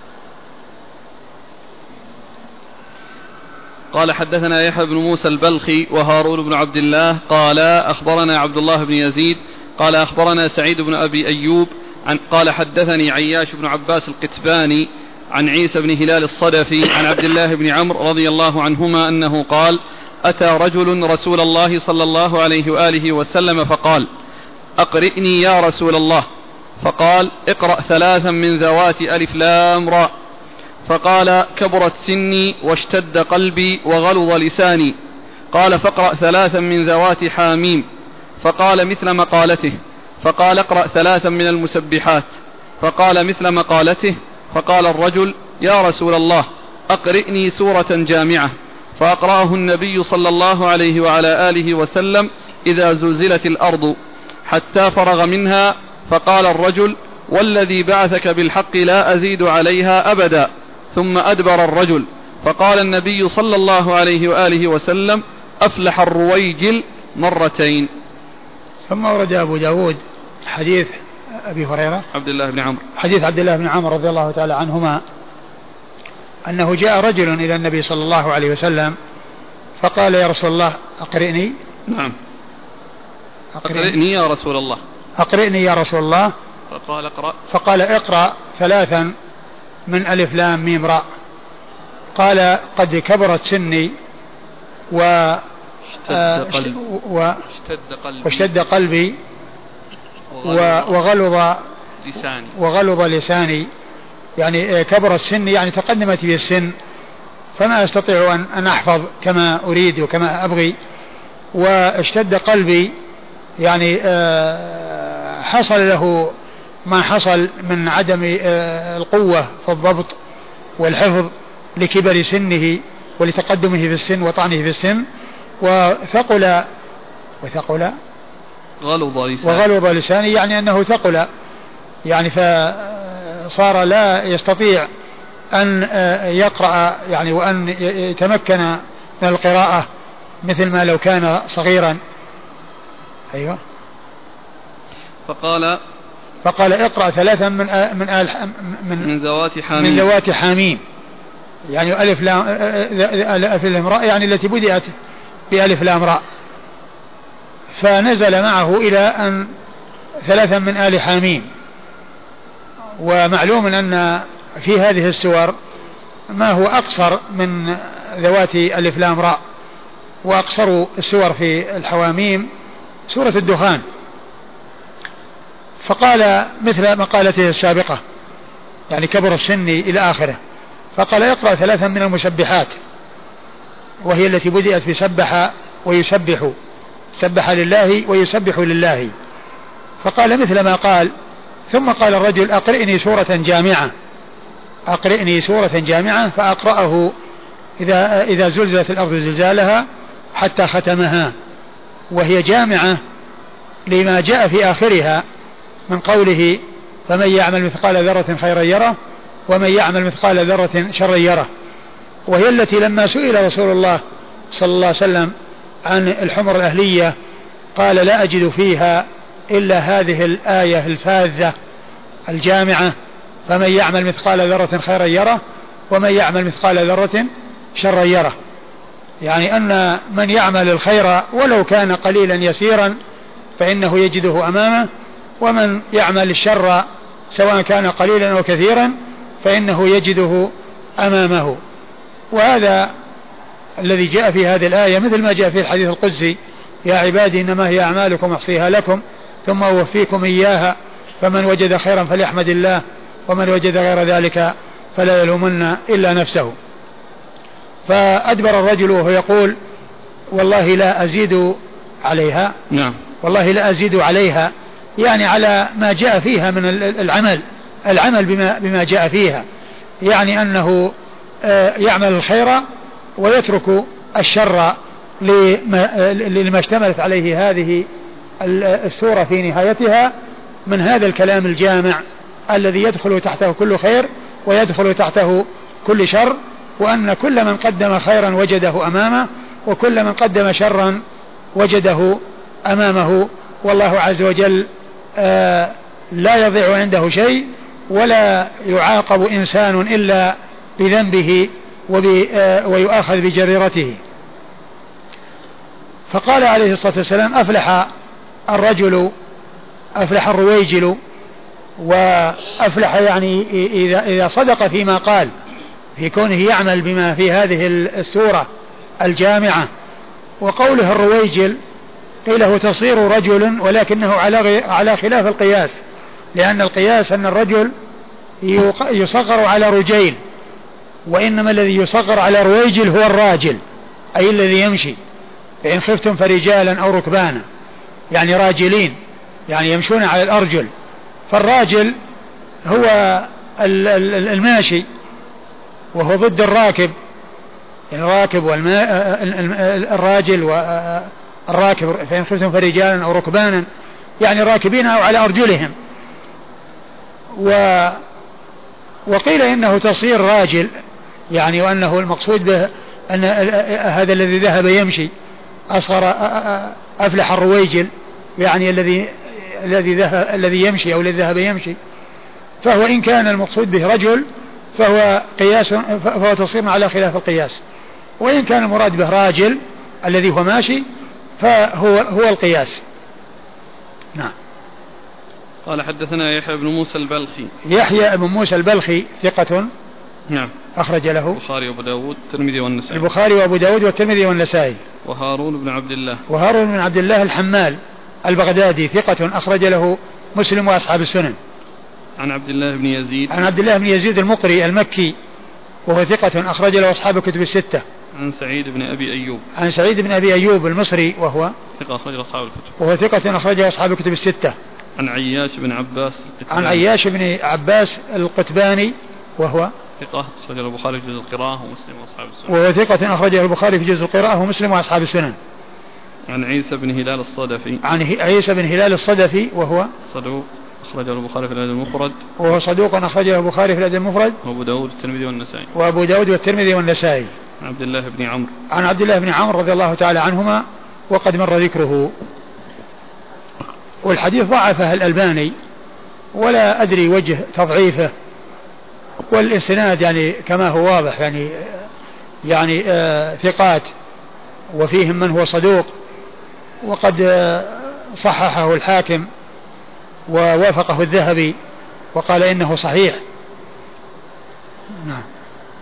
قال حدثنا يحيى بن موسى البلخي وهارون بن عبد الله قال أخبرنا عبد الله بن يزيد قال أخبرنا سعيد بن أبي أيوب قال حدثني عياش بن عباس القتباني عن عيسى بن هلال الصدفي عن عبد الله بن عمرو رضي الله عنهما أنه قال أتى رجل رسول الله صلى الله عليه وآله وسلم فقال أقرئني يا رسول الله، فقال اقرأ 3 من ذوات ألف لام راء، فقال كبرت سني واشتد قلبي وغلظ لساني، قال فاقرأ 3 من ذوات حاميم، فقال مثل مقالته، فقال اقرأ 3 من المسبحات، فقال مثل مقالته، فقال الرجل يا رسول الله أقرئني سورة جامعة، فأقرأه النبي صلى الله عليه وعلى آله وسلم إذا زلزلت الأرض حتى فرغ منها، فقال الرجل والذي بعثك بالحق لا أزيد عليها أبدا، ثم أدبر الرجل، فقال النبي صلى الله عليه وآله وسلم أفلح الرويجل 2. ثم ورد أبو داود حديث أبي هريرة عبد الله بن عمرو، حديث عبد الله بن عمرو رضي الله تعالى عنهما أنه جاء رجل إلى النبي صلى الله عليه وسلم فقال يا رسول الله أقرئني. نعم. أقرئني يا رسول الله. أقرئني يا رسول الله. فقال اقرأ. فقال اقرأ 3 من ألف لام ميم راء. قال قد كبرت سني واشتد قلبي وغلظ لساني. يعني كبرت سني يعني تقدمت بي السن فما أستطيع أن أحفظ كما أريد وكما أبغي. واشتد قلبي يعني حصل له ما حصل من عدم القوة في الضبط والحفظ لكبر سنه ولتقدمه في السن وطعنه في السن. وغلظ لساني يعني أنه ثقل يعني فصار لا يستطيع أن يقرأ يعني وأن يتمكن من القراءة مثل ما لو كان صغيرا. أيوة. فقال اقرأ 3 من ذوات حاميم يعني ألف لام راء يعني التي بدأت بألف لام راء. فنزل معه إلى أن 3 من آل حاميم. ومعلوم أن في هذه السور ما هو أقصر من ذوات ألف لام راء. وأقصر السور في الحواميم سورة الدخان. فقال مثل مقالته السابقة يعني كبر السن إلى آخره. فقال اقرأ 3 من المسبحات وهي التي بدأت بسبح ويسبح. سبح لله ويسبح لله. فقال مثل ما قال. ثم قال الرجل أقرئني سورة جامعة. أقرئني سورة جامعة فأقرأه إذا زلزلت الأرض زلزالها حتى ختمها. وهي جامعة لما جاء في آخرها من قوله فمن يعمل مثقال ذرة خيرا يره ومن يعمل مثقال ذرة شرا يره. وهي التي لما سئل رسول الله صلى الله عليه وسلم عن الحمر الأهلية قال لا أجد فيها إلا هذه الآية الفاذة الجامعة فمن يعمل مثقال ذرة خيرا يره ومن يعمل مثقال ذرة شرا يره. يعني أن من يعمل الخير ولو كان قليلا يسيرا فإنه يجده أمامه ومن يعمل الشر سواء كان قليلا أو كثيرا فإنه يجده أمامه. وهذا الذي جاء في هذه الآية مثل ما جاء في الحديث القدسي يا عبادي إنما هي أعمالكم أحصيها لكم ثم أوفيكم إياها فمن وجد خيرا فليحمد الله ومن وجد غير ذلك فلا يلومن إلا نفسه. فأدبر الرجل وهو يقول والله لا أزيد عليها. نعم. والله لا أزيد عليها يعني على ما جاء فيها من العمل بما جاء فيها. يعني أنه يعمل الخير ويترك الشر لما اشتملت عليه هذه السورة في نهايتها من هذا الكلام الجامع الذي يدخل تحته كل خير ويدخل تحته كل شر. وأن كل من قدم خيرا وجده أمامه وكل من قدم شرا وجده أمامه. والله عز وجل لا يضيع عنده شيء ولا يعاقب إنسان إلا بذنبه ويؤاخذ بجريرته. فقال عليه الصلاة والسلام أفلح الرجل أفلح الرويجل. وأفلح يعني إذا صدق فيما قال في كونه يعمل بما في هذه السورة الجامعة. وقوله الرويجل قيل هو تصير رجل ولكنه على خلاف القياس لأن القياس أن الرجل يصغر على رجيل وإنما الذي يصغر على رويجل هو الراجل أي الذي يمشي. فإن خفتم فرجالا أو ركبانا يعني راجلين يعني يمشون على الأرجل. فالراجل هو الماشي وهو ضد الراكب يعني الراكب الراجل والراكب. فإن خفتم فرجالا أو ركبانا يعني راكبين أو على أرجلهم. وقيل إنه تصير راجل يعني وأنه المقصود به أن هذا الذي ذهب يمشي أصغر أفلح الرويجل يعني الذي يمشي أو الذي ذهب يمشي. فهو إن كان المقصود به رجل فهو تصير على خلاف القياس. وإن كان المراد به راجل الذي هو ماشي فهو القياس. نعم. قال حدثنا يحيى بن موسى البلخي. يحيى بن موسى البلخي ثقة. نعم. أخرج له البخاري وأبو داود والترمذي والنسائي. البخاري وأبو داود والترمذي والنسائي. وهارون بن عبد الله. وهارون بن عبد الله الحمال البغدادي ثقة أخرج له مسلم وأصحاب السنن. عن عبد الله بن يزيد. عن عبد الله بن يزيد المقري المكي وهو ثقة أخرج له أصحاب الكتب الستة. عن سعيد بن أبي أيوب. عن سعيد بن أبي أيوب المصري وهو ثقة أخرج له أصحاب الكتب. وهو ثقة أخرج له أصحاب الكتب الستة. عن عياش بن عباس القتباني. عن عياش بن عباس القتباني وهو ثقة أخرج له البخاري في جزء القراءة ومسلم وأصحاب السنن. وهو ثقة أخرجه البخاري في جزء القراءة ومسلم وأصحاب السنن. عن عيسى بن هلال الصدفي. عن عيسى بن هلال الصدفي وهو صدوق أخرجه البخاري في الأدب المفرد. وهو صدوق أخرجه البخاري في الأدب المفرد. وأبو داود والترمذي والنسائي. وأبو داود والترمذي والنسائي. عن عبد الله بن عمرو. عن عبد الله بن عمرو رضي الله تعالى عنهما وقد مر ذكره. والحديث ضعفه الألباني ولا أدري وجه تضعيفه، والإسناد يعني كما هو واضح يعني ثقات وفيهم من هو صدوق، وقد صححه الحاكم ووافقه الذهبي وقال إنه صحيح. نعم.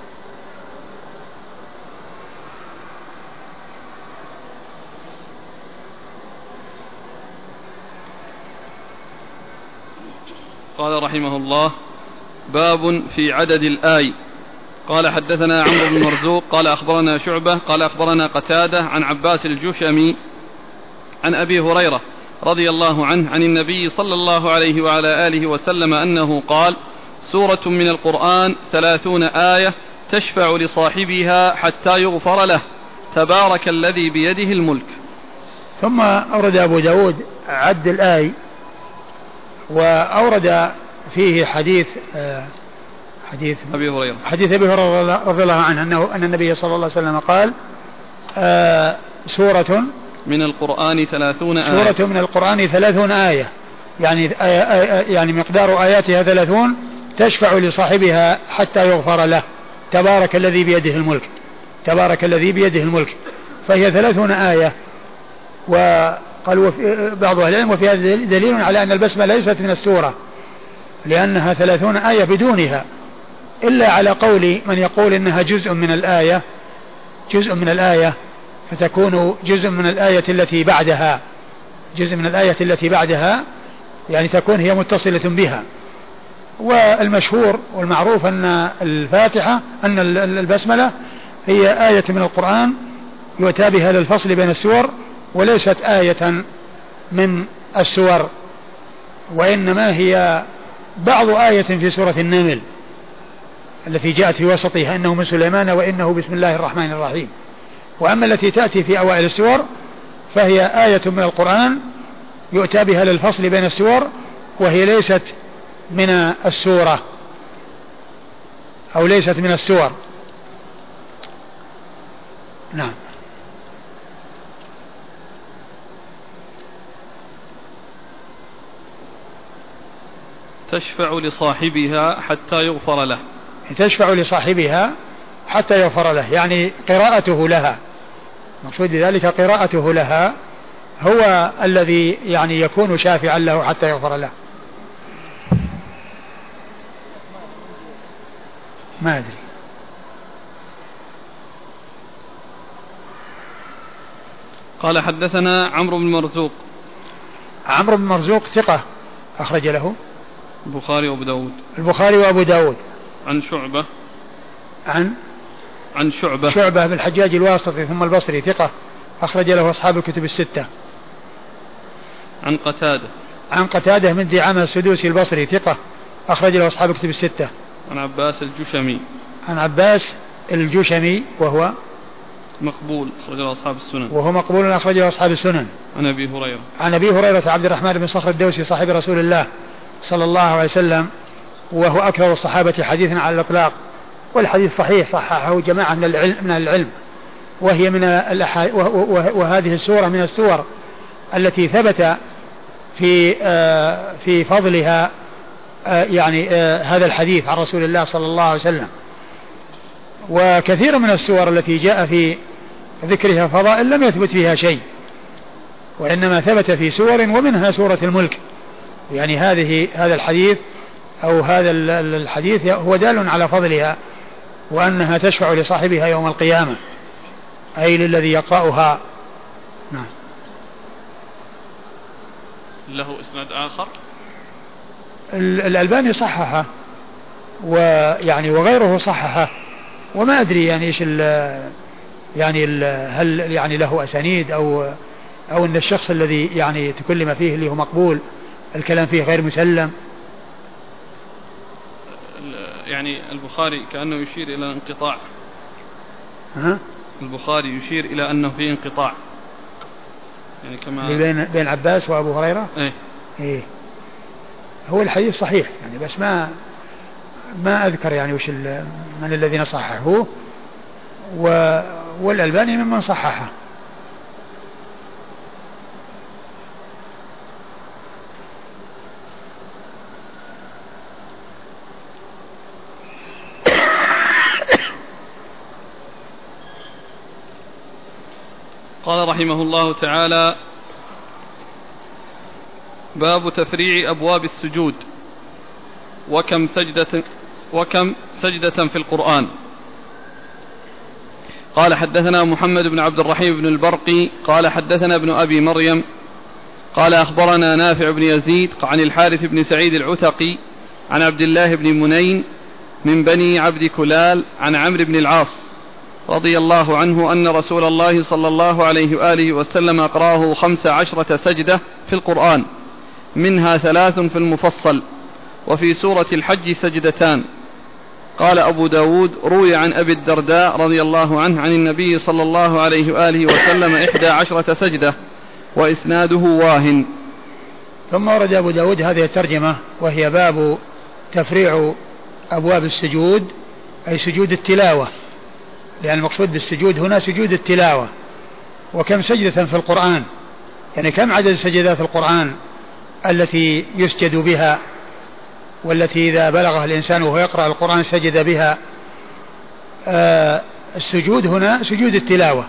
قال رحمه الله: باب في عدد الآي. قال حدثنا عمرو بن مرزوق قال أخبرنا شعبة قال أخبرنا قتادة عن عباس الجشمي عن أبي هريرة رضي الله عنه عن النبي صلى الله عليه وعلى آله وسلم أنه قال: سورة من القرآن 30 آية تشفع لصاحبها حتى يغفر له، تبارك الذي بيده الملك. ثم أورد أبو داود عد الآي، وأورد فيه حديث أبي هريرة رضي الله عنه أن النبي صلى الله عليه وسلم قال: سورة من القرآن 30 آية. سورة من القرآن 30 آية، يعني مقدار آياتها 30 تشفع لصاحبها حتى يغفر له، تبارك الذي بيده الملك. تبارك الذي بيده الملك. فهي 30 آية. وقال بعض أهل العلم وفيها دليل على أن البسمة ليست من السورة، لأنها 30 آية بدونها، إلا على قول من يقول إنها جزء من الآية، جزء من الآية، فتكون جزء من الآية التي بعدها، جزء من الآية التي بعدها، يعني تكون هي متصلة بها. والمشهور والمعروف أن الفاتحة أن البسملة هي آية من القرآن يؤتى بها للفصل بين السور، وليست آية من السور، وإنما هي بعض آية في سورة النمل التي جاءت في وسطها إنه من سليمان وإنه بسم الله الرحمن الرحيم. وأما التي تأتي في أوائل السور فهي آية من القرآن يؤتى بها للفصل بين السور، وهي ليست من السورة أو ليست من السور. نعم. تشفع لصاحبها حتى يغفر له. تشفع لصاحبها حتى يغفر له، يعني قراءته لها، مقصود بذلك قراءته لها هو الذي يعني يكون شافعا له حتى يغفر له. ما أدري. قال حدثنا عمرو بن مرزوق. عمرو بن مرزوق ثقة أخرج له البخاري وأبو داود. البخاري وأبو داود. عن شعبة. عن شعبة بن الحجاج الواسطي ثم البصري ثقة أخرج له أصحاب الكتب الستة. عن قتادة من دعامة السدوسي البصري ثقة أخرج له أصحاب الكتب الستة. عن عباس الجشمي وهو مقبول أخرج له أصحاب السنن. أخرج له أصحاب السنن. عن أبي هريرة عبد الرحمن بن صخر الدوسي صاحب رسول الله صلى الله عليه وسلم، وهو أكثر الصحابة حديثا على الإطلاق، والحديث صحيح صححه جماعة من العلم، وهي من وهذه السورة من السور التي ثبت في فضلها يعني هذا الحديث عن رسول الله صلى الله عليه وسلم. وكثير من السور التي جاء في ذكرها فضائل لم يثبت فيها شيء، وإنما ثبت في سور ومنها سورة الملك. يعني هذا الحديث أو هذا الحديث هو دال على فضلها وأنها تشفع لصاحبها يوم القيامة، أي للذي يقرأها. نعم. له إسناد آخر. الألباني صححه ويعني وغيره صححه، وما أدري يعني إيش هل يعني له أسانيد أو أن الشخص الذي يعني تكلم فيه اللي هو مقبول الكلام فيه غير مسلم. يعني البخاري كأنه يشير إلى انقطاع. البخاري يشير إلى أنه في انقطاع، يعني كما بين عباس وأبو هريرة. إيه هو الحديث صحيح يعني، بس ما أذكر يعني وش من الذين صححوه، والألباني ممن صححه. قال رحمه الله تعالى: باب تفريع أبواب السجود وكم سجدة في القرآن. قال حدثنا محمد بن عبد الرحيم بن البرقي قال حدثنا ابن أبي مريم قال أخبرنا نافع بن يزيد عن الحارث بن سعيد العتقي عن عبد الله بن منين من بني عبد كلال عن عمرو بن العاص رضي الله عنه أن رسول الله صلى الله عليه وآله وسلم أقرأه 15 سجدة في القرآن، منها 3 في المفصل، وفي سورة الحج سجدتان. قال أبو داود: روي عن أبي الدرداء رضي الله عنه عن النبي صلى الله عليه وآله وسلم 11 سجدة، وإسناده واهن. ثم ورد أبو داود هذه الترجمة وهي باب تفريع أبواب السجود، أي سجود التلاوة، لأن المقصود بالسجود هنا سجود التلاوة. وكم سجدة في القرآن، يعني كم عدد سجدات القرآن التي يسجد بها، والتي إذا بلغها الإنسان وهو يقرأ القرآن سجد بها. السجود هنا سجود التلاوة،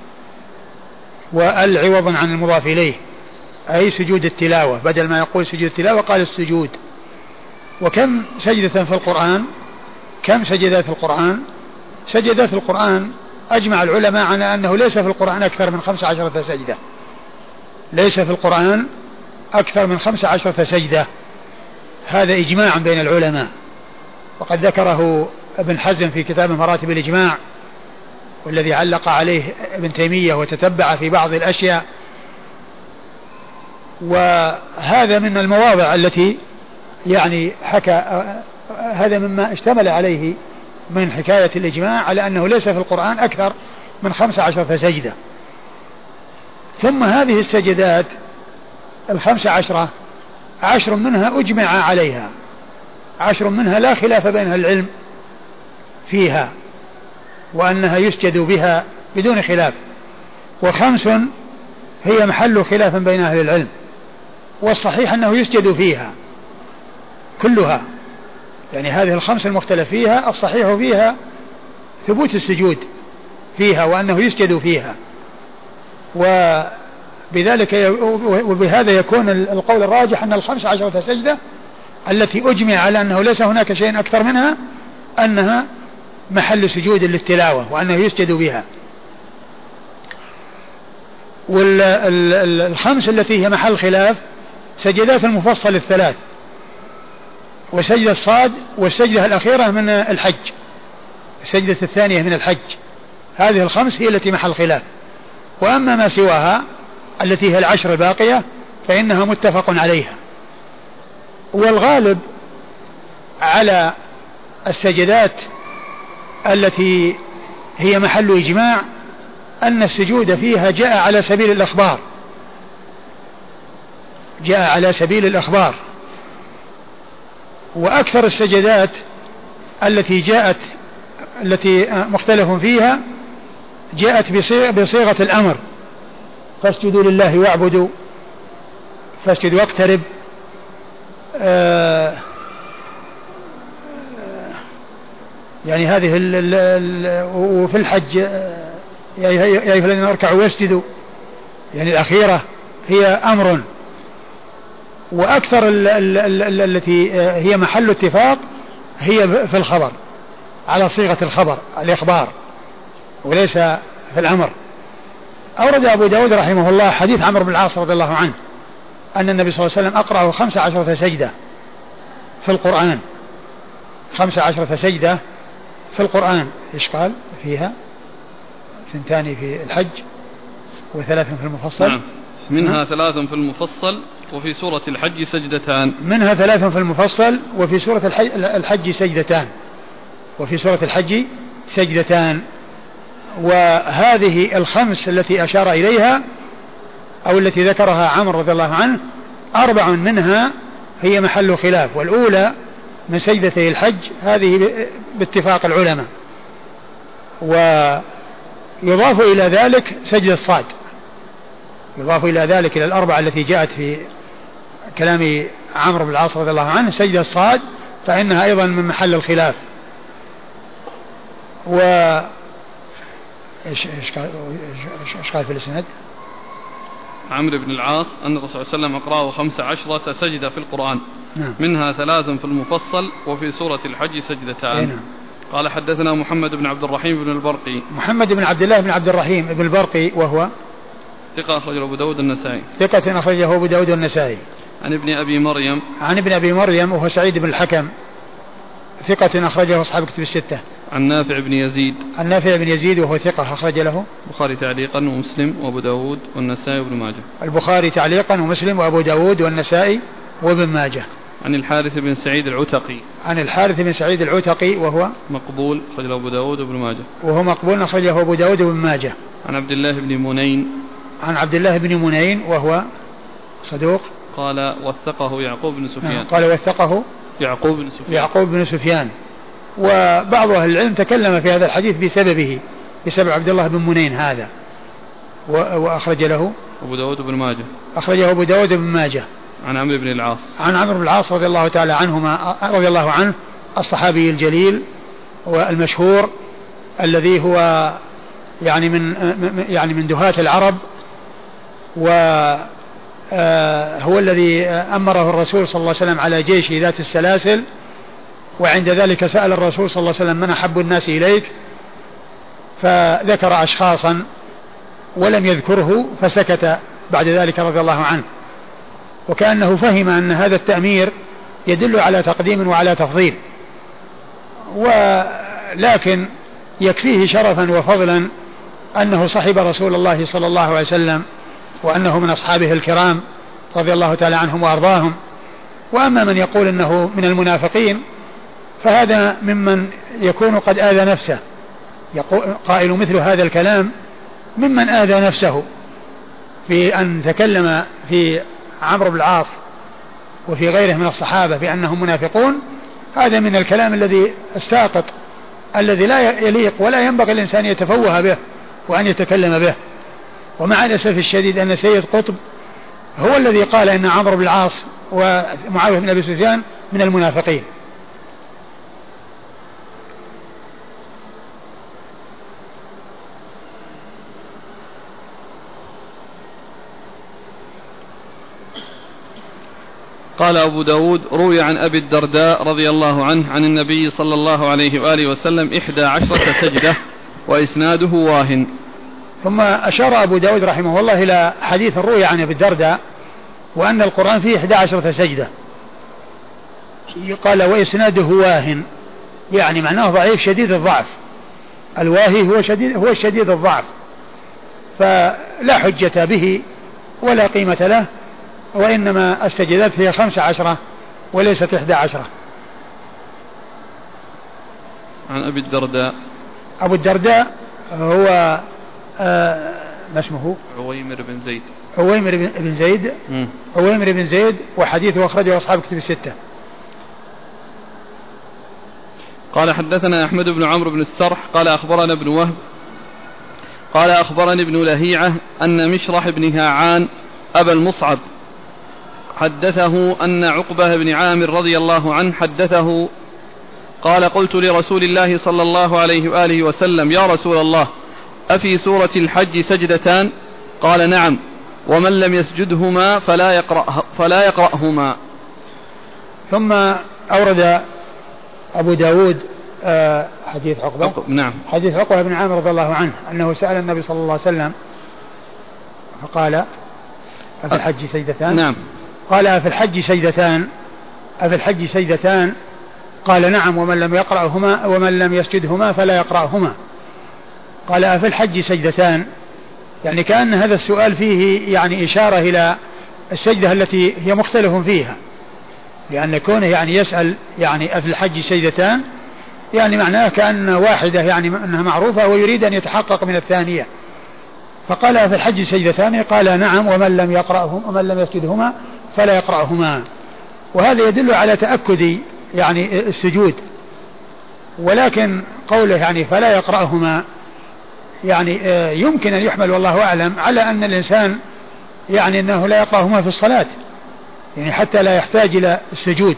والعوض عن المضاف إليه، أي سجود التلاوة، بدل ما يقول سجود التلاوة قال السجود. وكم سجدة في القرآن، كم سجدات في القرآن؟ سجدات القرآن أجمع العلماء على أنه ليس في القرآن أكثر من 15 سجدة، ليس في القرآن أكثر من 15 سجدة، هذا إجماع بين العلماء، وقد ذكره ابن حزم في كتاب مراتب الإجماع، والذي علق عليه ابن تيمية وتتبع في بعض الأشياء. وهذا من المواضع التي يعني حكى، هذا مما اشتمل عليه من حكاية الإجماع على أنه ليس في القرآن أكثر من 15 سجدة. ثم هذه السجدات 15 10 منها أجمع عليها، 10 منها لا خلاف بين العلم فيها وأنها يسجد بها بدون خلاف، و5 هي محل خلاف بين أهل العلم، والصحيح أنه يسجد فيها كلها. يعني هذه ال5 المختلف فيها الصحيح فيها ثبوت السجود فيها وأنه يسجد فيها، وبهذا يكون القول الراجح أن 15 سجدة التي أجمع على أنه ليس هناك شيء أكثر منها أنها محل سجود للتلاوة وأنه يسجد بها. وال5 التي هي محل خلاف سجدات المفصل 3، وسجدة الصاد، والسجدة الأخيرة من الحج، السجدة الثانية من الحج. هذه ال5 هي التي محل خلاف، وأما ما سواها التي هي 10 الباقية فإنها متفق عليها. والغالب على السجدات التي هي محل إجماع أن السجود فيها جاء على سبيل الأخبار، جاء على سبيل الأخبار. وأكثر السجدات التي جاءت التي مختلف فيها جاءت بصيغة الأمر: فاسجدوا لله واعبدوا، فاسجد واقترب، يعني هذه وفي الحج يا أيها الذين اركعوا واسجدوا، يعني الأخيرة هي أمر. وأكثر التي هي محل اتفاق هي في الخبر، على صيغة الخبر الإخبار وليس في الأمر. أورد أبو داود رحمه الله حديث عمرو بن العاص رضي الله عنه أن النبي صلى الله عليه وسلم أقرأه 15 سجدة في القرآن، 15 سجدة في القرآن. إيش قال فيها؟ 2 في الحج و3 في المفصل. نعم. منها 3 في المفصل وفي سورة الحج سجدتان. منها 3 في المفصل وفي سورة الحج سجدتان، وفي سورة الحج سجدتان. وهذه الخمس التي أشار إليها أو التي ذكرها عمرو رضي الله عنه 4 منها هي محل خلاف، والأولى من سجدتي الحج هذه باتفاق العلماء. ويضاف إلى ذلك سجد الصاد، يضاف إلى ذلك إلى ال4 التي جاءت في كلام عمرو بن العاص رضي الله عنه سجد الصاد، فإنها أيضا من محل الخلاف. إيش قال في الإسناد؟ عمرو بن العاص أن الرسول صلى الله عليه وسلم أقرأه 15 سجدة في القرآن. نعم. منها 3 في المفصل وفي سورة الحج سجدتان. نعم. قال حدثنا محمد بن عبد الرحيم بن البرقي. محمد بن عبد الله بن عبد الرحيم بن البرقي وهو ثقة أخرجه أبو داود النسائي. ثقة أخرجه أبو داود النسائي. عن ابن أبي مريم. عن ابن أبي مريم وهو سعيد بن الحكم ثقة أخرجه أصحاب كتب الستة. عن نافع بن يزيد. عن نافع بن يزيد وهو ثقة أخرج له البخاري تعليقا ومسلم وأبو داود والنسائي وابن ماجه. البخاري تعليقا ومسلم وأبو داود والنسائي وابن ماجه. عن الحارث بن سعيد العتقي. عن الحارث بن سعيد العتقي وهو مقبول أخرجه أبو داود وابن ماجه. وهو مقبول أخرجه أبو داود وابن ماجه. عن عبد الله بن منين. عن عبد الله بن منين وهو صدوق. قال وثقه يعقوب بن سفيان. قال وثقه يعقوب بن سفيان. وبعض أهل العلم تكلم في هذا الحديث بسببه، بسبب عبد الله بن منين هذا، وأخرج له أبو داود بن ماجه. أخرجه أبو داود بن ماجه. عن عمرو بن العاص. عن عمرو بن العاص رضي الله تعالى عنهما رضي الله عنه الصحابي الجليل والمشهور الذي هو يعني من دهاة العرب، وهو الذي أمره الرسول صلى الله عليه وسلم على جيش ذات السلاسل، وعند ذلك سأل الرسول صلى الله عليه وسلم من أحب الناس إليك، فذكر أشخاصا ولم يذكره فسكت بعد ذلك رضي الله عنه، وكأنه فهم أن هذا التأمير يدل على تقديم وعلى تفضيل، ولكن يكفيه شرفا وفضلا أنه صحب رسول الله صلى الله عليه وسلم، وأنه من أصحابه الكرام رضي الله تعالى عنهم وأرضاهم. وأما من يقول أنه من المنافقين فهذا ممن يكون قد آذى نفسه، قائل مثل هذا الكلام ممن آذى نفسه في أن تكلم في عمرو بن العاص وفي غيره من الصحابة بأنهم منافقون. هذا من الكلام الذي الساقط الذي لا يليق ولا ينبغي الإنسان يتفوه به وأن يتكلم به. ومع الأسف الشديد أن سيد قطب هو الذي قال إن عمرو بن العاص ومعاوية بن أبي سفيان من المنافقين. قال أبو داود روي عن أبي الدرداء رضي الله عنه عن النبي صلى الله عليه وآله وسلم 11 سجدة وإسناده واهن. ثم أشار أبو داود رحمه الله إلى حديث روي عن أبي الدرداء وأن القرآن فيه 11 سجدة، قال وإسناده واهن، يعني معناه ضعيف شديد الضعف. الواهي هو شديد الضعف، فلا حجة به ولا قيمة له، وإنما السجدات هي 15 وليست 11. عن أبي الدرداء. أبو الدرداء هو ما اسمه؟ عويمر بن زيد. عويمر بن زيد وحديثه أخرجه أصحاب كتب الستة. قال حدثنا أحمد بن عمرو بن السرح قال أخبرنا ابن وهب قال أخبرني ابن لهيعة أن مشرح بن هاعان أبا المصعب حدثه أن عقبة بن عامر رضي الله عنه حدثه قال قلت لرسول الله صلى الله عليه وآله وسلم يا رسول الله أفي سورة الحج سجدتان؟ قال نعم، ومن لم يسجدهما فلا يقرأهما. ثم أورد أبو داود حديث عقبة، نعم، حديث عقبة بن عامر رضي الله عنه أنه سأل النبي صلى الله عليه وسلم فقال أفي الحج سجدتان؟ نعم. قال أفي الحج سجدتان؟ أفي الحج سجدتان؟ قال نعم، ومن لم يسجدهما فلا يقرأهما. قال أفي الحج سجدتان؟ يعني كأن هذا السؤال فيه يعني إشارة إلى السجدة التي هي مختلف فيها، لأن كونه يعني يسأل يعني أفي الحج سجدتان يعني معناه كأن واحدة يعني أنها معروفة ويريد أن يتحقق من الثانية. فقال أفي الحج سجدتان؟ قال نعم، ومن لم يسجدهما فلا يقرأهما. وهذا يدل على تأكد يعني السجود، ولكن قوله يعني فلا يقرأهما يعني يمكن أن يحمل والله أعلم على أن الإنسان يعني أنه لا يقرأهما في الصلاة، يعني حتى لا يحتاج إلى السجود.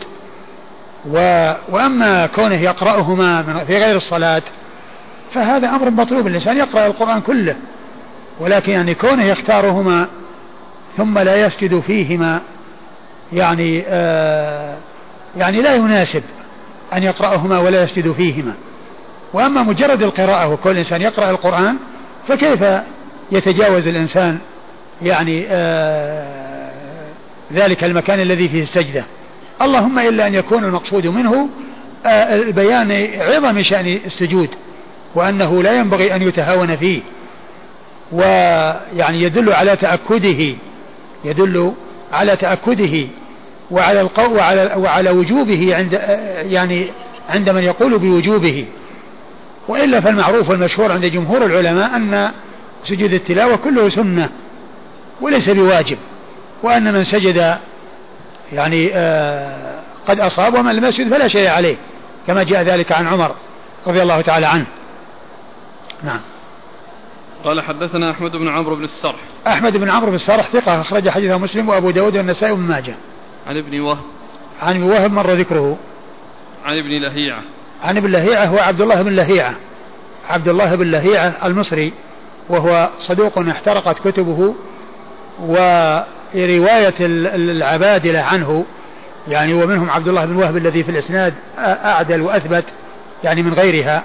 وأما كونه يقرأهما في غير الصلاة فهذا أمر مطلوب، الإنسان يقرأ القرآن كله، ولكن يعني كونه يختارهما ثم لا يسجد فيهما يعني يعني لا يناسب أن يقرأهما ولا يسجد فيهما. وأما مجرد القراءة وكل إنسان يقرأ القرآن فكيف يتجاوز الإنسان يعني ذلك المكان الذي فيه السجدة؟ اللهم إلا أن يكون المقصود منه بيان عظم شأن السجود وأنه لا ينبغي أن يتهاون فيه، ويعني يدل على تأكده وعلى وجوبه عند من يقول بوجوبه. وإلا فالمعروف والمشهور عند جمهور العلماء أن سجود التلاوة كله سنة وليس بواجب، وأن من سجد يعني قد أصاب، ومن لم يسجد فلا شيء عليه، كما جاء ذلك عن عمر رضي الله تعالى عنه. نعم. قال حدثنا أحمد بن عمرو بن السرح. أحمد بن عمرو بن السرح ثقة أخرج حديثه مسلم وأبو داود والنسائي وابن ماجه. عن ابن وهب. عن ابن وهب مر ذكره. عن ابن لهيعة. عن ابن لهيعة هو عبد الله بن لهيعة، عبد الله بن لهيعة المصري، وهو صدوق احترقت كتبه، ورواية العبادلة عنه يعني ومنهم عبد الله بن وهب الذي في الإسناد أعدل وأثبت يعني من غيرها.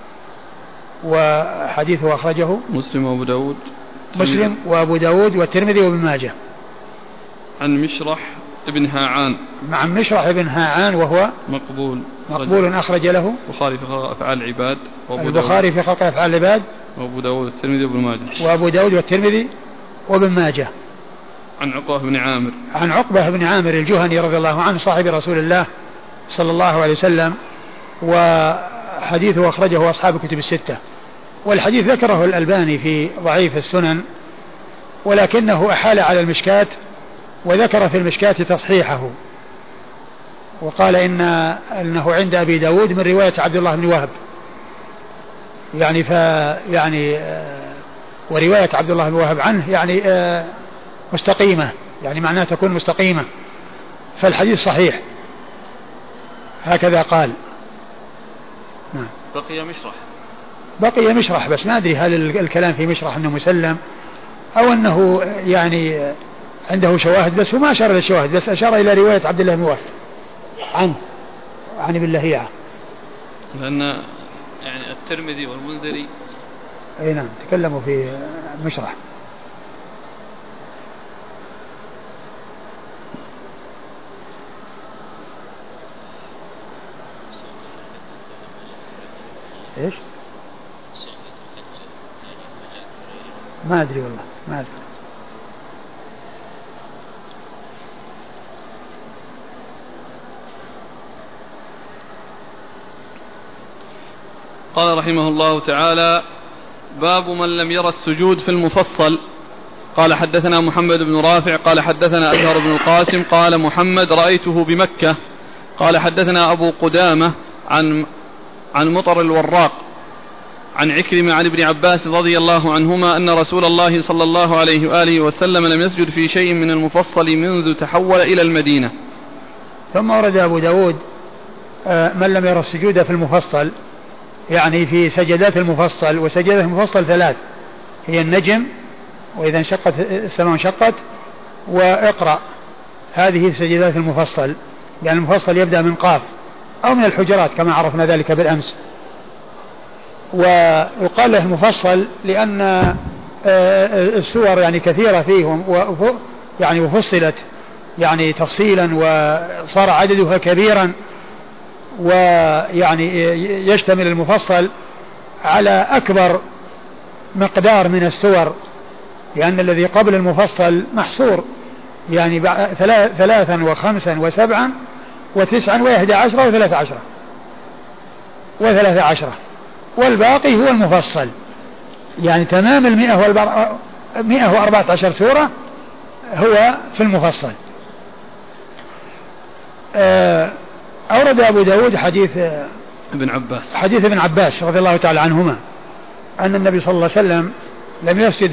وحديثه أخرجه مسلم وأبو داود. مسلم وأبو داود والترمذي وابن ماجه. عن مشرح ابن هاعان. مع مشرح ابن هاعان وهو مقبول أخرج له البخاري في خلق أفعال العباد البخاري في خلق أفعال العباد وأبو داود والترمذي وابن ماجه. وأبو داود والترمذي وابن ماجه. عن عقبة بن عامر. عن عقبة بن عامر الجهني رضي الله عنه صاحب رسول الله صلى الله عليه وسلم، وحديثه أخرجه أصحاب كتب الستة. والحديث ذكره الألباني في ضعيف السنن، ولكنه أحال على المشكاة وذكر في المشكاة تصحيحه، وقال إنه عند أبي داود من رواية عبد الله بن وهب يعني ورواية عبد الله بن وهب عنه يعني مستقيمة، يعني معناه تكون مستقيمة، فالحديث صحيح هكذا قال. نعم. بقي مشرح بس ما أدري هل الكلام في مشرح أنه مسلم أو أنه يعني عنده شواهد، بس هو ما أشار إلى الشواهد، بس أشار إلى رواية عبد الله بن وهب عن ابن لهيعة، لأن يعني الترمذي والمنذري أي نعم تكلموا في مشرح. إيش؟ ما أدري والله ما أدري. قال رحمه الله تعالى: باب من لم يرى السجود في المفصل. قال حدثنا محمد بن رافع قال حدثنا أزهر بن القاسم قال محمد رأيته بمكة. قال حدثنا أبو قدامة عن مطر الوراق عن عكرمة عن ابن عباس رضي الله عنهما أن رسول الله صلى الله عليه وآله وسلم لم يسجد في شيء من المفصل منذ تحول إلى المدينة. ثم ورد أبو داود من لم يرى السجود في المفصل، يعني في سجدات المفصل. وسجدات المفصل ثلاث، هي النجم، وإذا انشقت السماء انشقت، وإقرأ. هذه سجدات المفصل، يعني المفصل يبدأ من قاف أو من الحجرات كما عرفنا ذلك بالأمس. ويقال له المفصل لأن السور يعني كثيرة فيهم، يعني وفصلت يعني تفصيلا، وصار عددها كبيرا، ويعني يشتمل المفصل على أكبر مقدار من السور، لأن الذي قبل المفصل محصور، يعني 3 و5 و7 و9 و11 و13 والباقي هو المفصل، يعني تمام 114 سورة هو في المفصل. أورد أبو داود حديث ابن عباس رضي الله تعالى عنهما أن النبي صلى الله عليه وسلم لم يسجد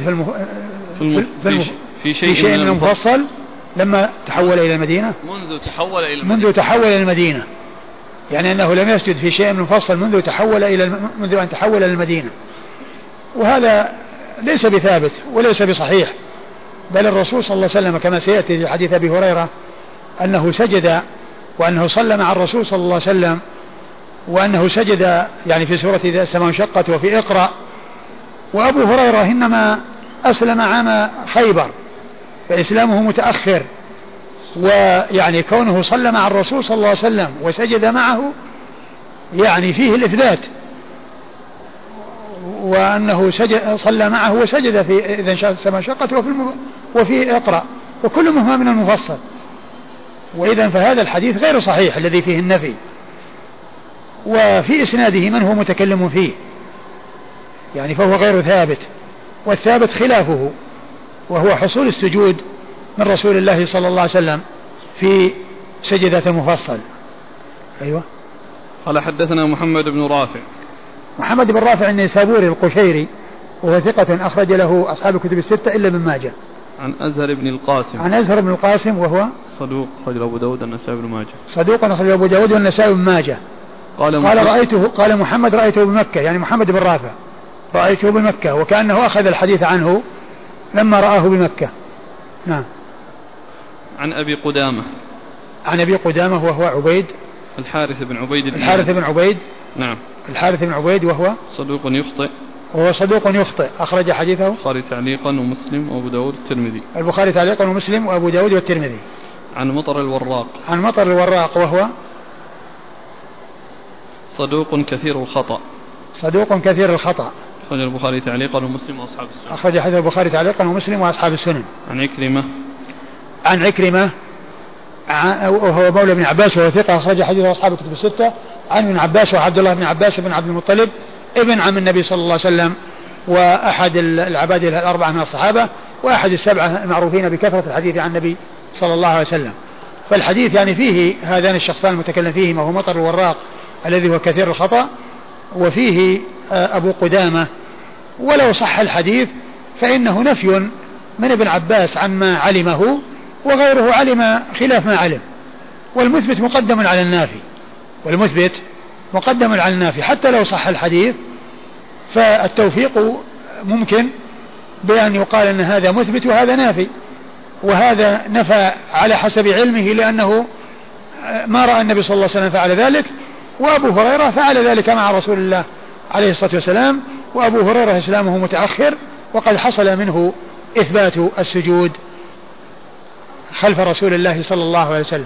في شيء من المفصل لما تحول إلى المدينة، منذ تحول إلى المدينة، يعني أنه لم يسجد في شيء من المفصل منذ أن تحول إلى المدينة. وهذا ليس بثابت وليس بصحيح، بل الرسول صلى الله عليه وسلم كما سيأتي في حديث أبي هريرة أنه سجد، وأنه صلى مع الرسول صلى الله عليه وسلم، وأنه سجد يعني في سورة إذا السماء انشقت وفي اقرأ. وأبو هريرة إنما أسلم عام خيبر، فإسلامه متأخر، ويعني كونه صلى مع الرسول صلى الله عليه وسلم وسجد معه يعني فيه الإثبات، وأنه صلى معه وسجد في إذا السماء انشقت وفي اقرأ، وكل منهما من المفصل. وإذا فهذا الحديث غير صحيح الذي فيه النفي، وفي إسناده من هو متكلم فيه، يعني فهو غير ثابت، والثابت خلافه، وهو حصول السجود من رسول الله صلى الله عليه وسلم في سجدة المفصل. أيوة. قال حدثنا محمد بن رافع. محمد بن رافع النيسابوري القشيري، وهو ثقة أخرج له أصحاب الكتب الستة إلا من ماجه. عن أزهر بن القاسم. عن أزهر بن القاسم وهو صدوق أخرج أبو داود والنسائي بن ماجه. صدوق أخرج أبو داود والنسائي بن ماجه. قال محمد رأيته بمكة، يعني محمد بن رافع رأيته بمكة، وكأنه أخذ الحديث عنه لما رآه بمكة. نعم. عن أبي قدامة. عن أبي قدامة وهو عبيد الحارث بن عبيد. نعم. الحارث بن عبيد وهو صدوق يخطئ. أخرج حديثه البخاري تعليقا ومسلم وأبو داود والترمذي. البخاري تعليقا ومسلم وأبو داود والترمذي. عن مطر الوراق. وهو صدوق كثير الخطأ. أخرج البخاري تعليقا ومسلم وأصحاب السنن. أخرج حديث البخاري تعليقا ومسلم وأصحاب السنن. عن عكرمة وهو مولى ابن عباس وهو ثقة، أخرج حديث أصحاب الكتب الستة. عن ابن عباس وعبد الله بن عباس بن عبد المطلب ابن عم النبي صلى الله عليه وسلم، وأحد العباد الأربعة من الصحابة، وأحد السبعة المعروفين بكثرة الحديث عن النبي صلى الله عليه وسلم. فالحديث يعني فيه هذان الشخصان المتكلم فيهما، هو مطر الوراق الذي هو كثير الخطأ، وفيه أبو قدامة. ولو صح الحديث فإنه نفي من ابن عباس عن ما علمه، وغيره علم خلاف ما علم، والمثبت مقدم على النافي. حتى لو صح الحديث فالتوفيق ممكن بأن يقال أن هذا مثبت وهذا نافي، وهذا نفى على حسب علمه لأنه ما رأى النبي صلى الله عليه وسلم فعل ذلك، وأبو هريرة فعل ذلك مع رسول الله عليه الصلاة والسلام، وأبو هريرة إسلامه متأخر، وقد حصل منه إثبات السجود خلف رسول الله صلى الله عليه وسلم.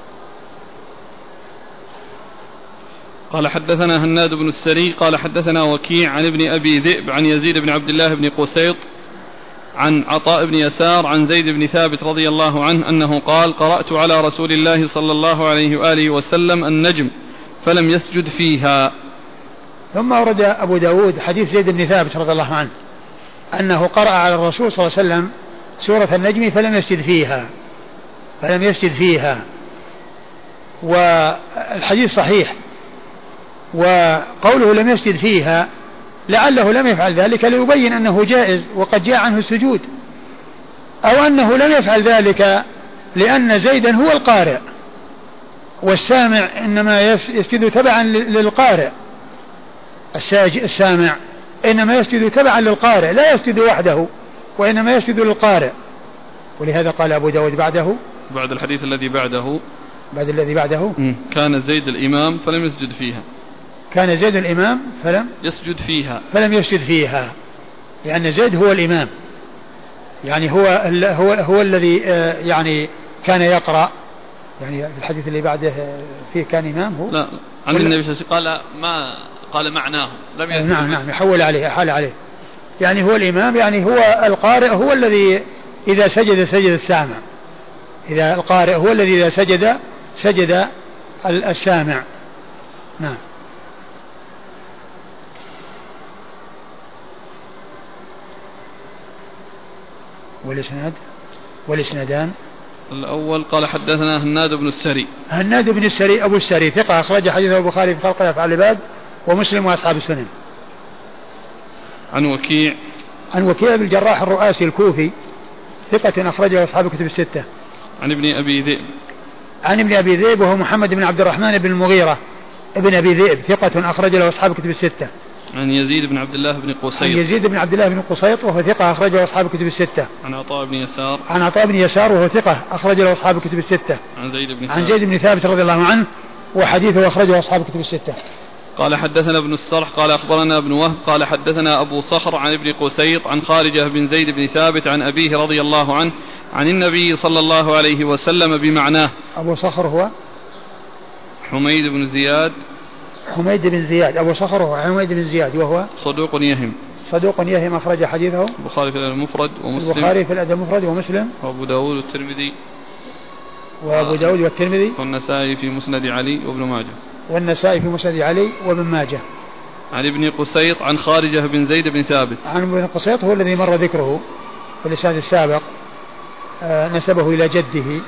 قال حدثنا هناد بن السري قال حدثنا وكيع عن ابن أبي ذئب عن يزيد بن عبد الله بن قسيط عن عطاء بن يسار عن زيد بن ثابت رضي الله عنه أنه قال: قرأت على رسول الله صلى الله عليه وآله وسلم النجم فلم يسجد فيها. ثم أورد أبو داود حديث زيد بن ثابت رضي الله عنه أنه قرأ على الرسول صلى الله عليه وسلم سورة النجم فلم يسجد فيها. والحديث صحيح، وقوله لم يسجد فيها لعله لم يفعل ذلك ليبين أنه جائز وقد جاء عنه السجود، أو أنه لم يفعل ذلك لأن زيدا هو القارئ والسامع إنما يسجد تبعا للقارئ. السامع إنما يسجد تبعا للقارئ لا يسجد وحده وإنما يسجد للقارئ. ولهذا قال أبو داود بعد الحديث الذي بعده كان زيد الإمام فلم يسجد فيها. كان زيد الإمام فلم يسجد فيها لأن زيد هو الإمام، يعني هو الذي يعني كان يقرأ. يعني في الحديث اللي بعده فيه كان إمام هو لا عن النبي صلى الله عليه وسلم قال معناه لم يسجد. نعم يحول عليه يعني هو الإمام، يعني هو القارئ هو الذي إذا سجد السامع. إذا القارئ هو الذي إذا سجد السامع. نعم. والإسنادان الأول قال حدثنا هناد بن السري أبو السري ثقة أخرج حديثه البخاري في خلق أفعال العباد ومسلم وأصحاب السنن. عن وكيع بن الجراح الرؤاسي الكوفي ثقة أخرجه أصحاب الكتب الستة. عن ابن أبي ذئب وهو محمد بن عبد الرحمن بن المغيرة ابن أبي ذئب ثقة أخرج له أصحاب الكتب الستة. عن يزيد بن عبد الله بن قصيط وهو ثقة أخرج له أصحاب الكتب الستة. عن عطاء بن يسار وهو ثقة أخرج له أصحاب الكتب الستة. عن زيد بن ثابت رضي الله عنه وحديثه أخرجه أصحاب الكتب الستة. قال حدثنا ابن السرح قال أخبرنا ابن وهب قال حدثنا أبو صخر عن ابن قسيط عن خارجة بن زيد بن ثابت عن أبيه رضي الله عنه عن النبي صلى الله عليه وسلم بمعناه. أبو صخر هو حميد بن زياد. أبو صخر هو حميد بن زياد وهو صدوق يهم أخرج حديثه البخاري في الأدب المفرد ومسلم وأبو داود والترمذي والنسائي في مسند علي وابن ماجه. عن ابن قسيط عن خارجة بن زيد بن ثابت. عن ابن قسيط هو الذي مر ذكره في الإسناد السابق، نسبه إلى جده.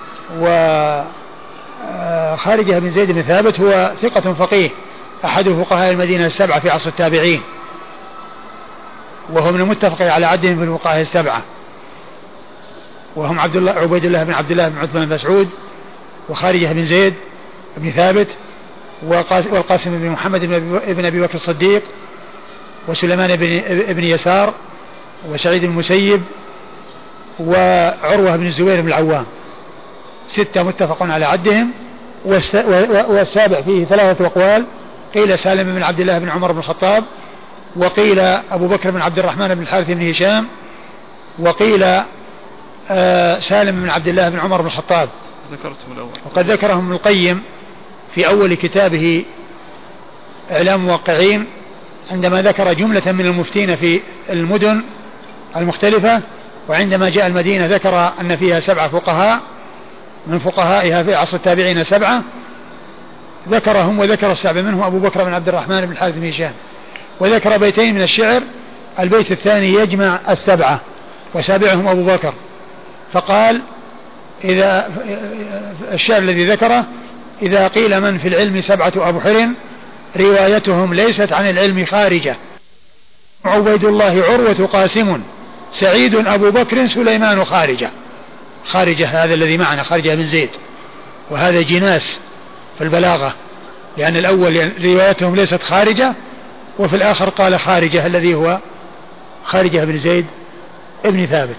وخارجة بن زيد بن ثابت هو ثقة فقيه أحد فقهاء المدينة السبعة في عصر التابعين، وهو من المتفق على عدهم في الفقهاء السبعة، وهم عبيد الله بن عثمان بن مسعود وخارجة بن زيد بن ثابت والقاسم بن محمد بن أبي بكر الصديق وسليمان بن يسار وسعيد بن المسيب وعروة بن الزبير بن العوام، ستة متفق على عدهم. والسابع فيه ثلاثة أقوال، قيل سالم بن عبد الله بن عمر بن الخطاب، وقيل أبو بكر بن عبد الرحمن بن الحارث بن هشام، وقيل سالم بن عبد الله بن عمر بن الخطاب. وقد ذكرهم ابن القيم في أول كتابه إعلام الموقعين عندما ذكر جملة من المفتين في المدن المختلفة، وعندما جاء المدينة ذكر أن فيها 7 فقهاء من فقهائها في عصر التابعين 7، ذكرهم وذكر السابع منهم أبو بكر بن عبد الرحمن بن الحارث بن هشام، وذكر بيتين من الشعر، البيت الثاني يجمع 7 وسابعهم أبو بكر، فقال إذا الشعر الذي ذكره: إذا قيل من في العلم 7 أبحر روايتهم ليست عن العلم خارجة، عبيد الله عروة قاسم سعيد أبو بكر سليمان خارجة هذا الذي معنا خارجة بن زيد، وهذا جناس في البلاغة، لأن الأول روايتهم ليست خارجة، وفي الآخر قال خارجة الذي هو خارجة بن زيد ابن ثابت.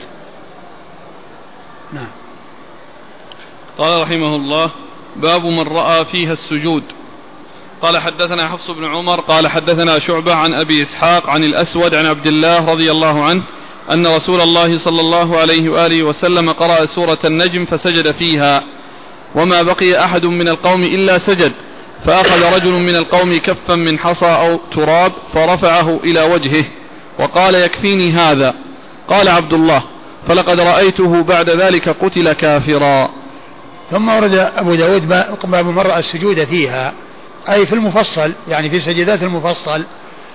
نعم. قال رحمه الله: باب من رأى فيها السجود. قال حدثنا حفص بن عمر قال حدثنا شعبة عن أبي إسحاق عن الأسود عن عبد الله رضي الله عنه أن رسول الله صلى الله عليه وآله وسلم قرأ سورة النجم فسجد فيها، وما بقي أحد من القوم إلا سجد، فأخذ رجل من القوم كفا من حصى أو تراب فرفعه إلى وجهه وقال: يكفيني هذا. قال عبد الله: فلقد رأيته بعد ذلك قتل كافرا. ثم ورد أبو داود باب من رأى السجود فيها، أي في المفصل، يعني في سجدات المفصل.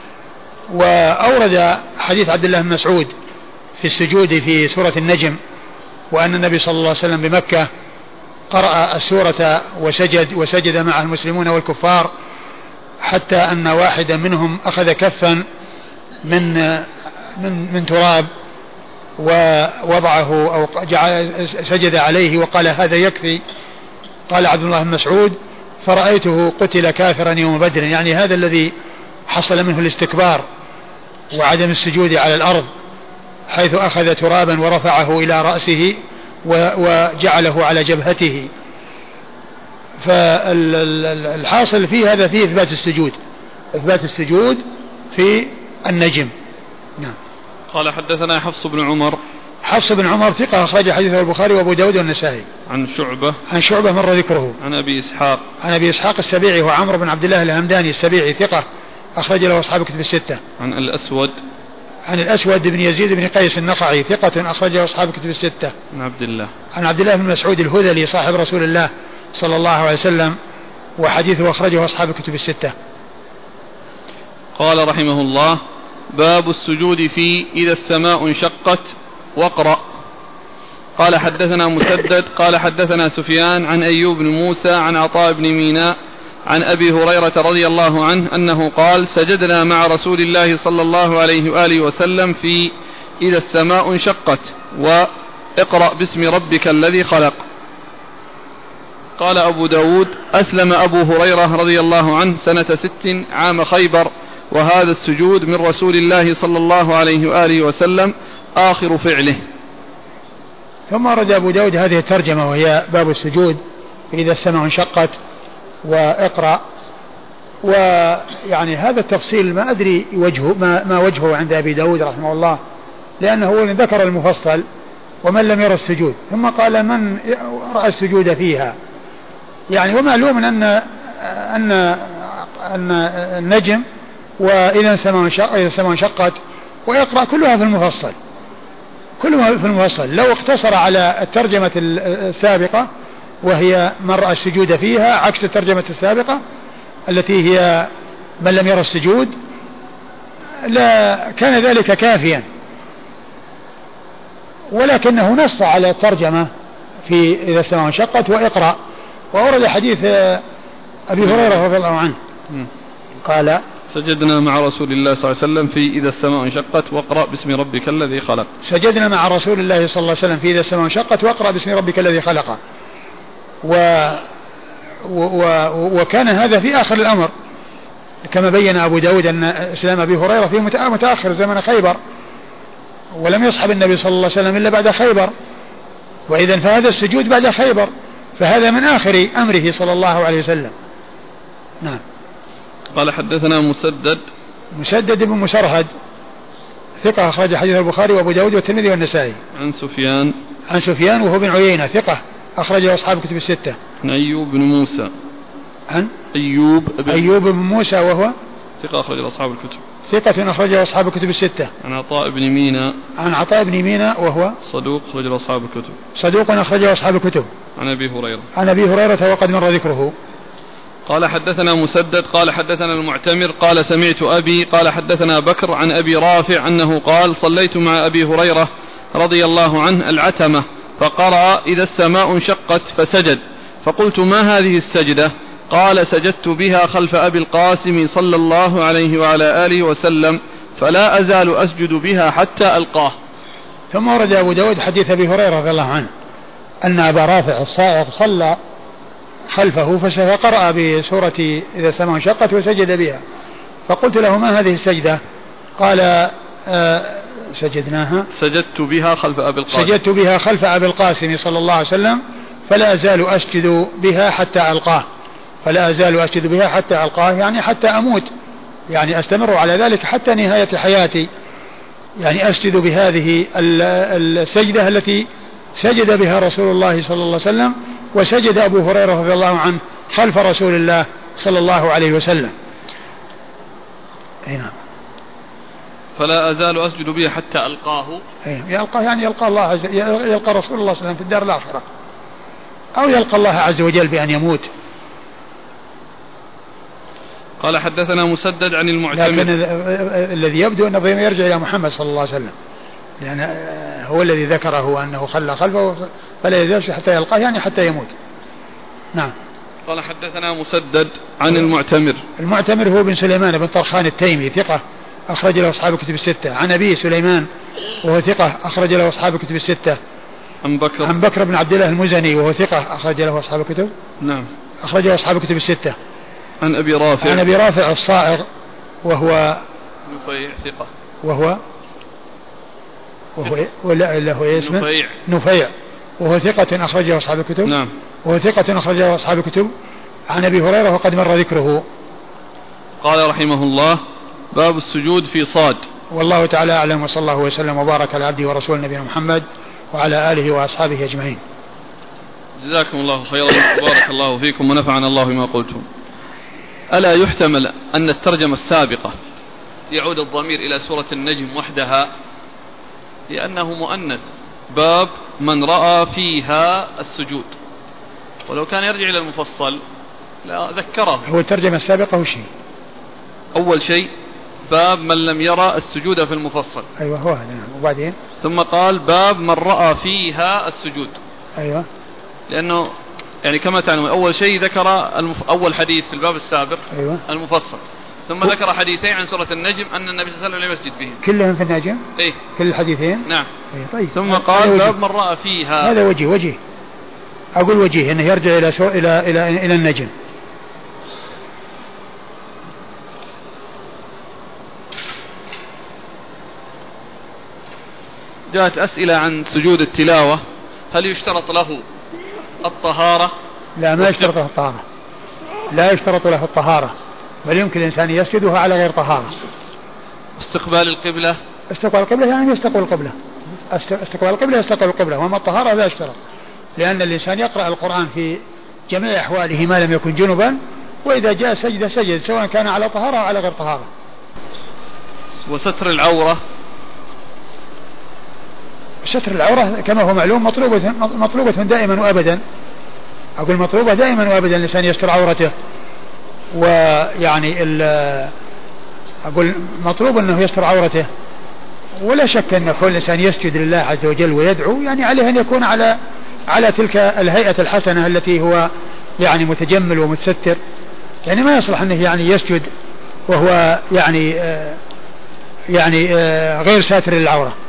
وأورد حديث عبد الله بن مسعود في السجود في سورة النجم، وأن النبي صلى الله عليه وسلم بمكة قرأ السورة وسجد معه المسلمون والكفار، حتى أن واحدا منهم أخذ كفا من تراب ووضعه أو سجد عليه وقال: هذا يكفي. قال عبد الله بن مسعود فرأيته قتل كافرا يوم بدر، يعني هذا الذي حصل منه الاستكبار وعدم السجود على الأرض، حيث أخذ ترابا ورفعه إلى رأسه وجعله على جبهته. فالحاصل في هذا فيه إثبات السجود في النجم. نعم. قال حدثنا حفص بن عمر. حفص بن عمر ثقة أخرج حديثه البخاري وأبو داود والنسائي. عن شعبة مر ذكره. عن أبي إسحاق السبيعي وعمر بن عبد الله الهمداني السبيعي ثقة أخرج له أصحاب كتب الستة. عن الأسود بن يزيد بن قيس النخعي ثقة أخرج له أصحاب كتب الستة. عن عبد الله بن مسعود الهذلي صاحب رسول الله صلى الله عليه وسلم وحديثه أخرجه أصحاب كتب الستة. قال رحمه الله: باب السجود في إذا السماء انشقت واقرأ. قال حدثنا مسدد قال حدثنا سفيان عن أيوب بن موسى عن عطاء بن ميناء عن أبي هريرة رضي الله عنه أنه قال: سجدنا مع رسول الله صلى الله عليه وآله وسلم في إذا السماء انشقت واقرأ باسم ربك الذي خلق. قال أبو داود: أسلم أبو هريرة رضي الله عنه سنة 6 عام خيبر، وهذا السجود من رسول الله صلى الله عليه وآله وسلم آخر فعله. ثم ورد أبو داود هذه الترجمة وهي باب السجود إذا السماء انشقت واقرأ. ويعني هذا التفصيل ما أدري ما وجهه عند أبي داود رحمه الله، لأنه هو ذكر المفصل ومن لم يرى السجود، ثم قال من رأى السجود فيها. يعني ومعلوم أن النجم وإذا السماء انشقت ويقرأ كلها في المفصل. لو اقتصر على الترجمة السابقة وهي من رأى السجود فيها عكس الترجمة السابقة التي هي من لم يرى السجود، لا كان ذلك كافيا، ولكنه نص على الترجمة في إذا السماء انشقت وإقرأ. وورد حديث أبي هريرة رضي الله عنه قال: سجدنا مع رسول الله صلى الله عليه وسلم في إذا السماء انشقت واقرأ باسم ربك الذي خلق. سجدنا مع رسول الله صلى الله عليه وسلم في إذا السماء انشقت واقرأ باسم ربك الذي خلق. وكان هذا في آخر الأمر، كما بين أبو داود أن إسلام أبي هريرة في متأخر زمن خيبر، ولم يصحب النبي صلى الله عليه وسلم إلا بعد خيبر، وإذا فهذا السجود بعد خيبر، فهذا من آخر أمره صلى الله عليه وسلم. نعم. قال حدثنا مسدد بن مسرهد ثقة أخرج حديث البخاري وأبو داود والترمذي والنسائي. عن سفيان وهو بن عيينة ثقة أخرجه أصحاب كتب الستة. عن أيوب بن موسى. أيوب بن موسى وهو ثقة أخرجه أصحاب الكتب. ثقة أخرجه أصحاب الكتب الستة. عن عطاء بن ميناء وهو صدوق أخرجه أصحاب الكتب. صدوق أخرجه أصحاب الكتب. عن أبي هريرة وقد مر ذكره. قال حدثنا مسدد قال حدثنا المعتمر قال سمعت أبي قال حدثنا بكر عن أبي رافع أنه قال: صليت مع أبي هريرة رضي الله عنه العتمة فقرأ إذا السماء انشقت فسجد، فقلت: ما هذه السجدة؟ قال: سجدت بها خلف أبي القاسم صلى الله عليه وعلى آله وسلم، فلا أزال أسجد بها حتى ألقاه. ثم ورد أبو داود حديث أبي هريرة رضي الله عنه أن أبا رافع الصائغ صلى خلفه فقرأ بسورة إذا السماء انشقت وسجد بها، فقلت له: ما هذه السجدة؟ قال: سجدت بها خلف أبي القاسم صلى الله عليه وسلم، فلا أزال أسجد بها حتى ألقاه، يعني حتى أموت، يعني أستمر على ذلك حتى نهاية حياتي، يعني أسجد بهذه السجدة التي سجد بها رسول الله صلى الله عليه وسلم وسجد أبو هريرة رضي الله عنه خلف رسول الله صلى الله عليه وسلم. نعم. فلا أزال أسجد به حتى ألقاه. يلقاه يعني يلقى الله يلقى رسول الله صلى الله عليه وسلم في الدار الآخرة، أو يلقى الله عز وجل بأن يموت. قال حدثنا مسدد عن المعتمر. لكن الذي يبدو أنه يرجع إلى محمد صلى الله عليه وسلم، لأن هو الذي ذكره أنه خلى خلفه فلا يزال حتى يلقاه، يعني حتى يموت. نعم. قال حدثنا مسدد عن المعتمر هو بن سليمان بن طرخان التيمي ثقة أخرج له أصحاب الكتب الستة. عن أبي سليمان وهو ثقة أخرج له أصحاب الكتب الستة. عن بكر بن عبد الله المزني وهو ثقة أخرج له أصحاب الكتب. نعم. أخرج له أصحاب الكتب الستة. عن أبي رافع. عن أبي رافع الصائغ وهو نفيع ثقة. وهو ولا هو اسمه نفيع وهو ثقة أخرجه أصحاب الكتب. نعم. وهو ثقة أخرجه أصحاب الكتب. عن أبي هريرة وقد مر ذكره. قال رحمه الله: باب السجود في صاد. والله تعالى أعلم، وصلى الله وسلم وبارك على عبده ورسول نبينا محمد وعلى آله وأصحابه أجمعين. جزاكم الله خيرا، بارك الله فيكم ونفعنا الله بما قلتم. ألا يحتمل أن الترجمة السابقة يعود الضمير إلى سورة النجم وحدها لأنه مؤنث، باب من رأى فيها السجود، ولو كان يرجع إلى المفصل لا ذكره. هو الترجمة السابقة وشيء أول شيء باب من لم يرى السجود في المفصل. أيوة هو هذا. وبعدين ثم قال باب من رأى فيها السجود. أيوة. لأنه يعني كما تعلمون أول شيء ذكر أول حديث في الباب السابق. أيوة. المفصل، ثم ذكر حديثين عن سورة النجم أن النبي صلى الله عليه وسلم لم يسجد بهم كلهم في النجم. إيه؟ كل الحديثين. نعم. إيه طيب. ثم قال باب من رأى فيها. هذا وجيه أقول وجيه أنه يرجع إلى النجم. جاءت أسئلة عن سجود التلاوة، هل يشترط له الطهارة؟ لا، ما يشترط له الطهارة، لا يشترط له الطهارة، بل يمكن الإنسان يسجدها على غير طهارة. استقبال القبلة. استقبال القبلة يعني يستقبل القبلة. استقبال القبلة يستقبل القبلة، وأما الطهارة لا يشترط، لأن الإنسان يقرأ القرآن في جميع أحواله ما لم يكن جنبا، وإذا جاء سجد سجد سواء كان على طهارة أو على غير طهارة. وستر العورة. ستر العورة كما هو معلوم مطلوبة دائما وأبدا. أقول مطلوبة دائما وأبدا الإنسان يستر عورته، ويعني أقول مطلوب أنه يستر عورته، ولا شك أن كل إنسان يسجد لله عز وجل ويدعو يعني عليه أن يكون على تلك الهيئة الحسنة التي هو يعني متجمل ومتستر. يعني ما يصلح أنه يعني يسجد وهو يعني غير ساتر للعورة.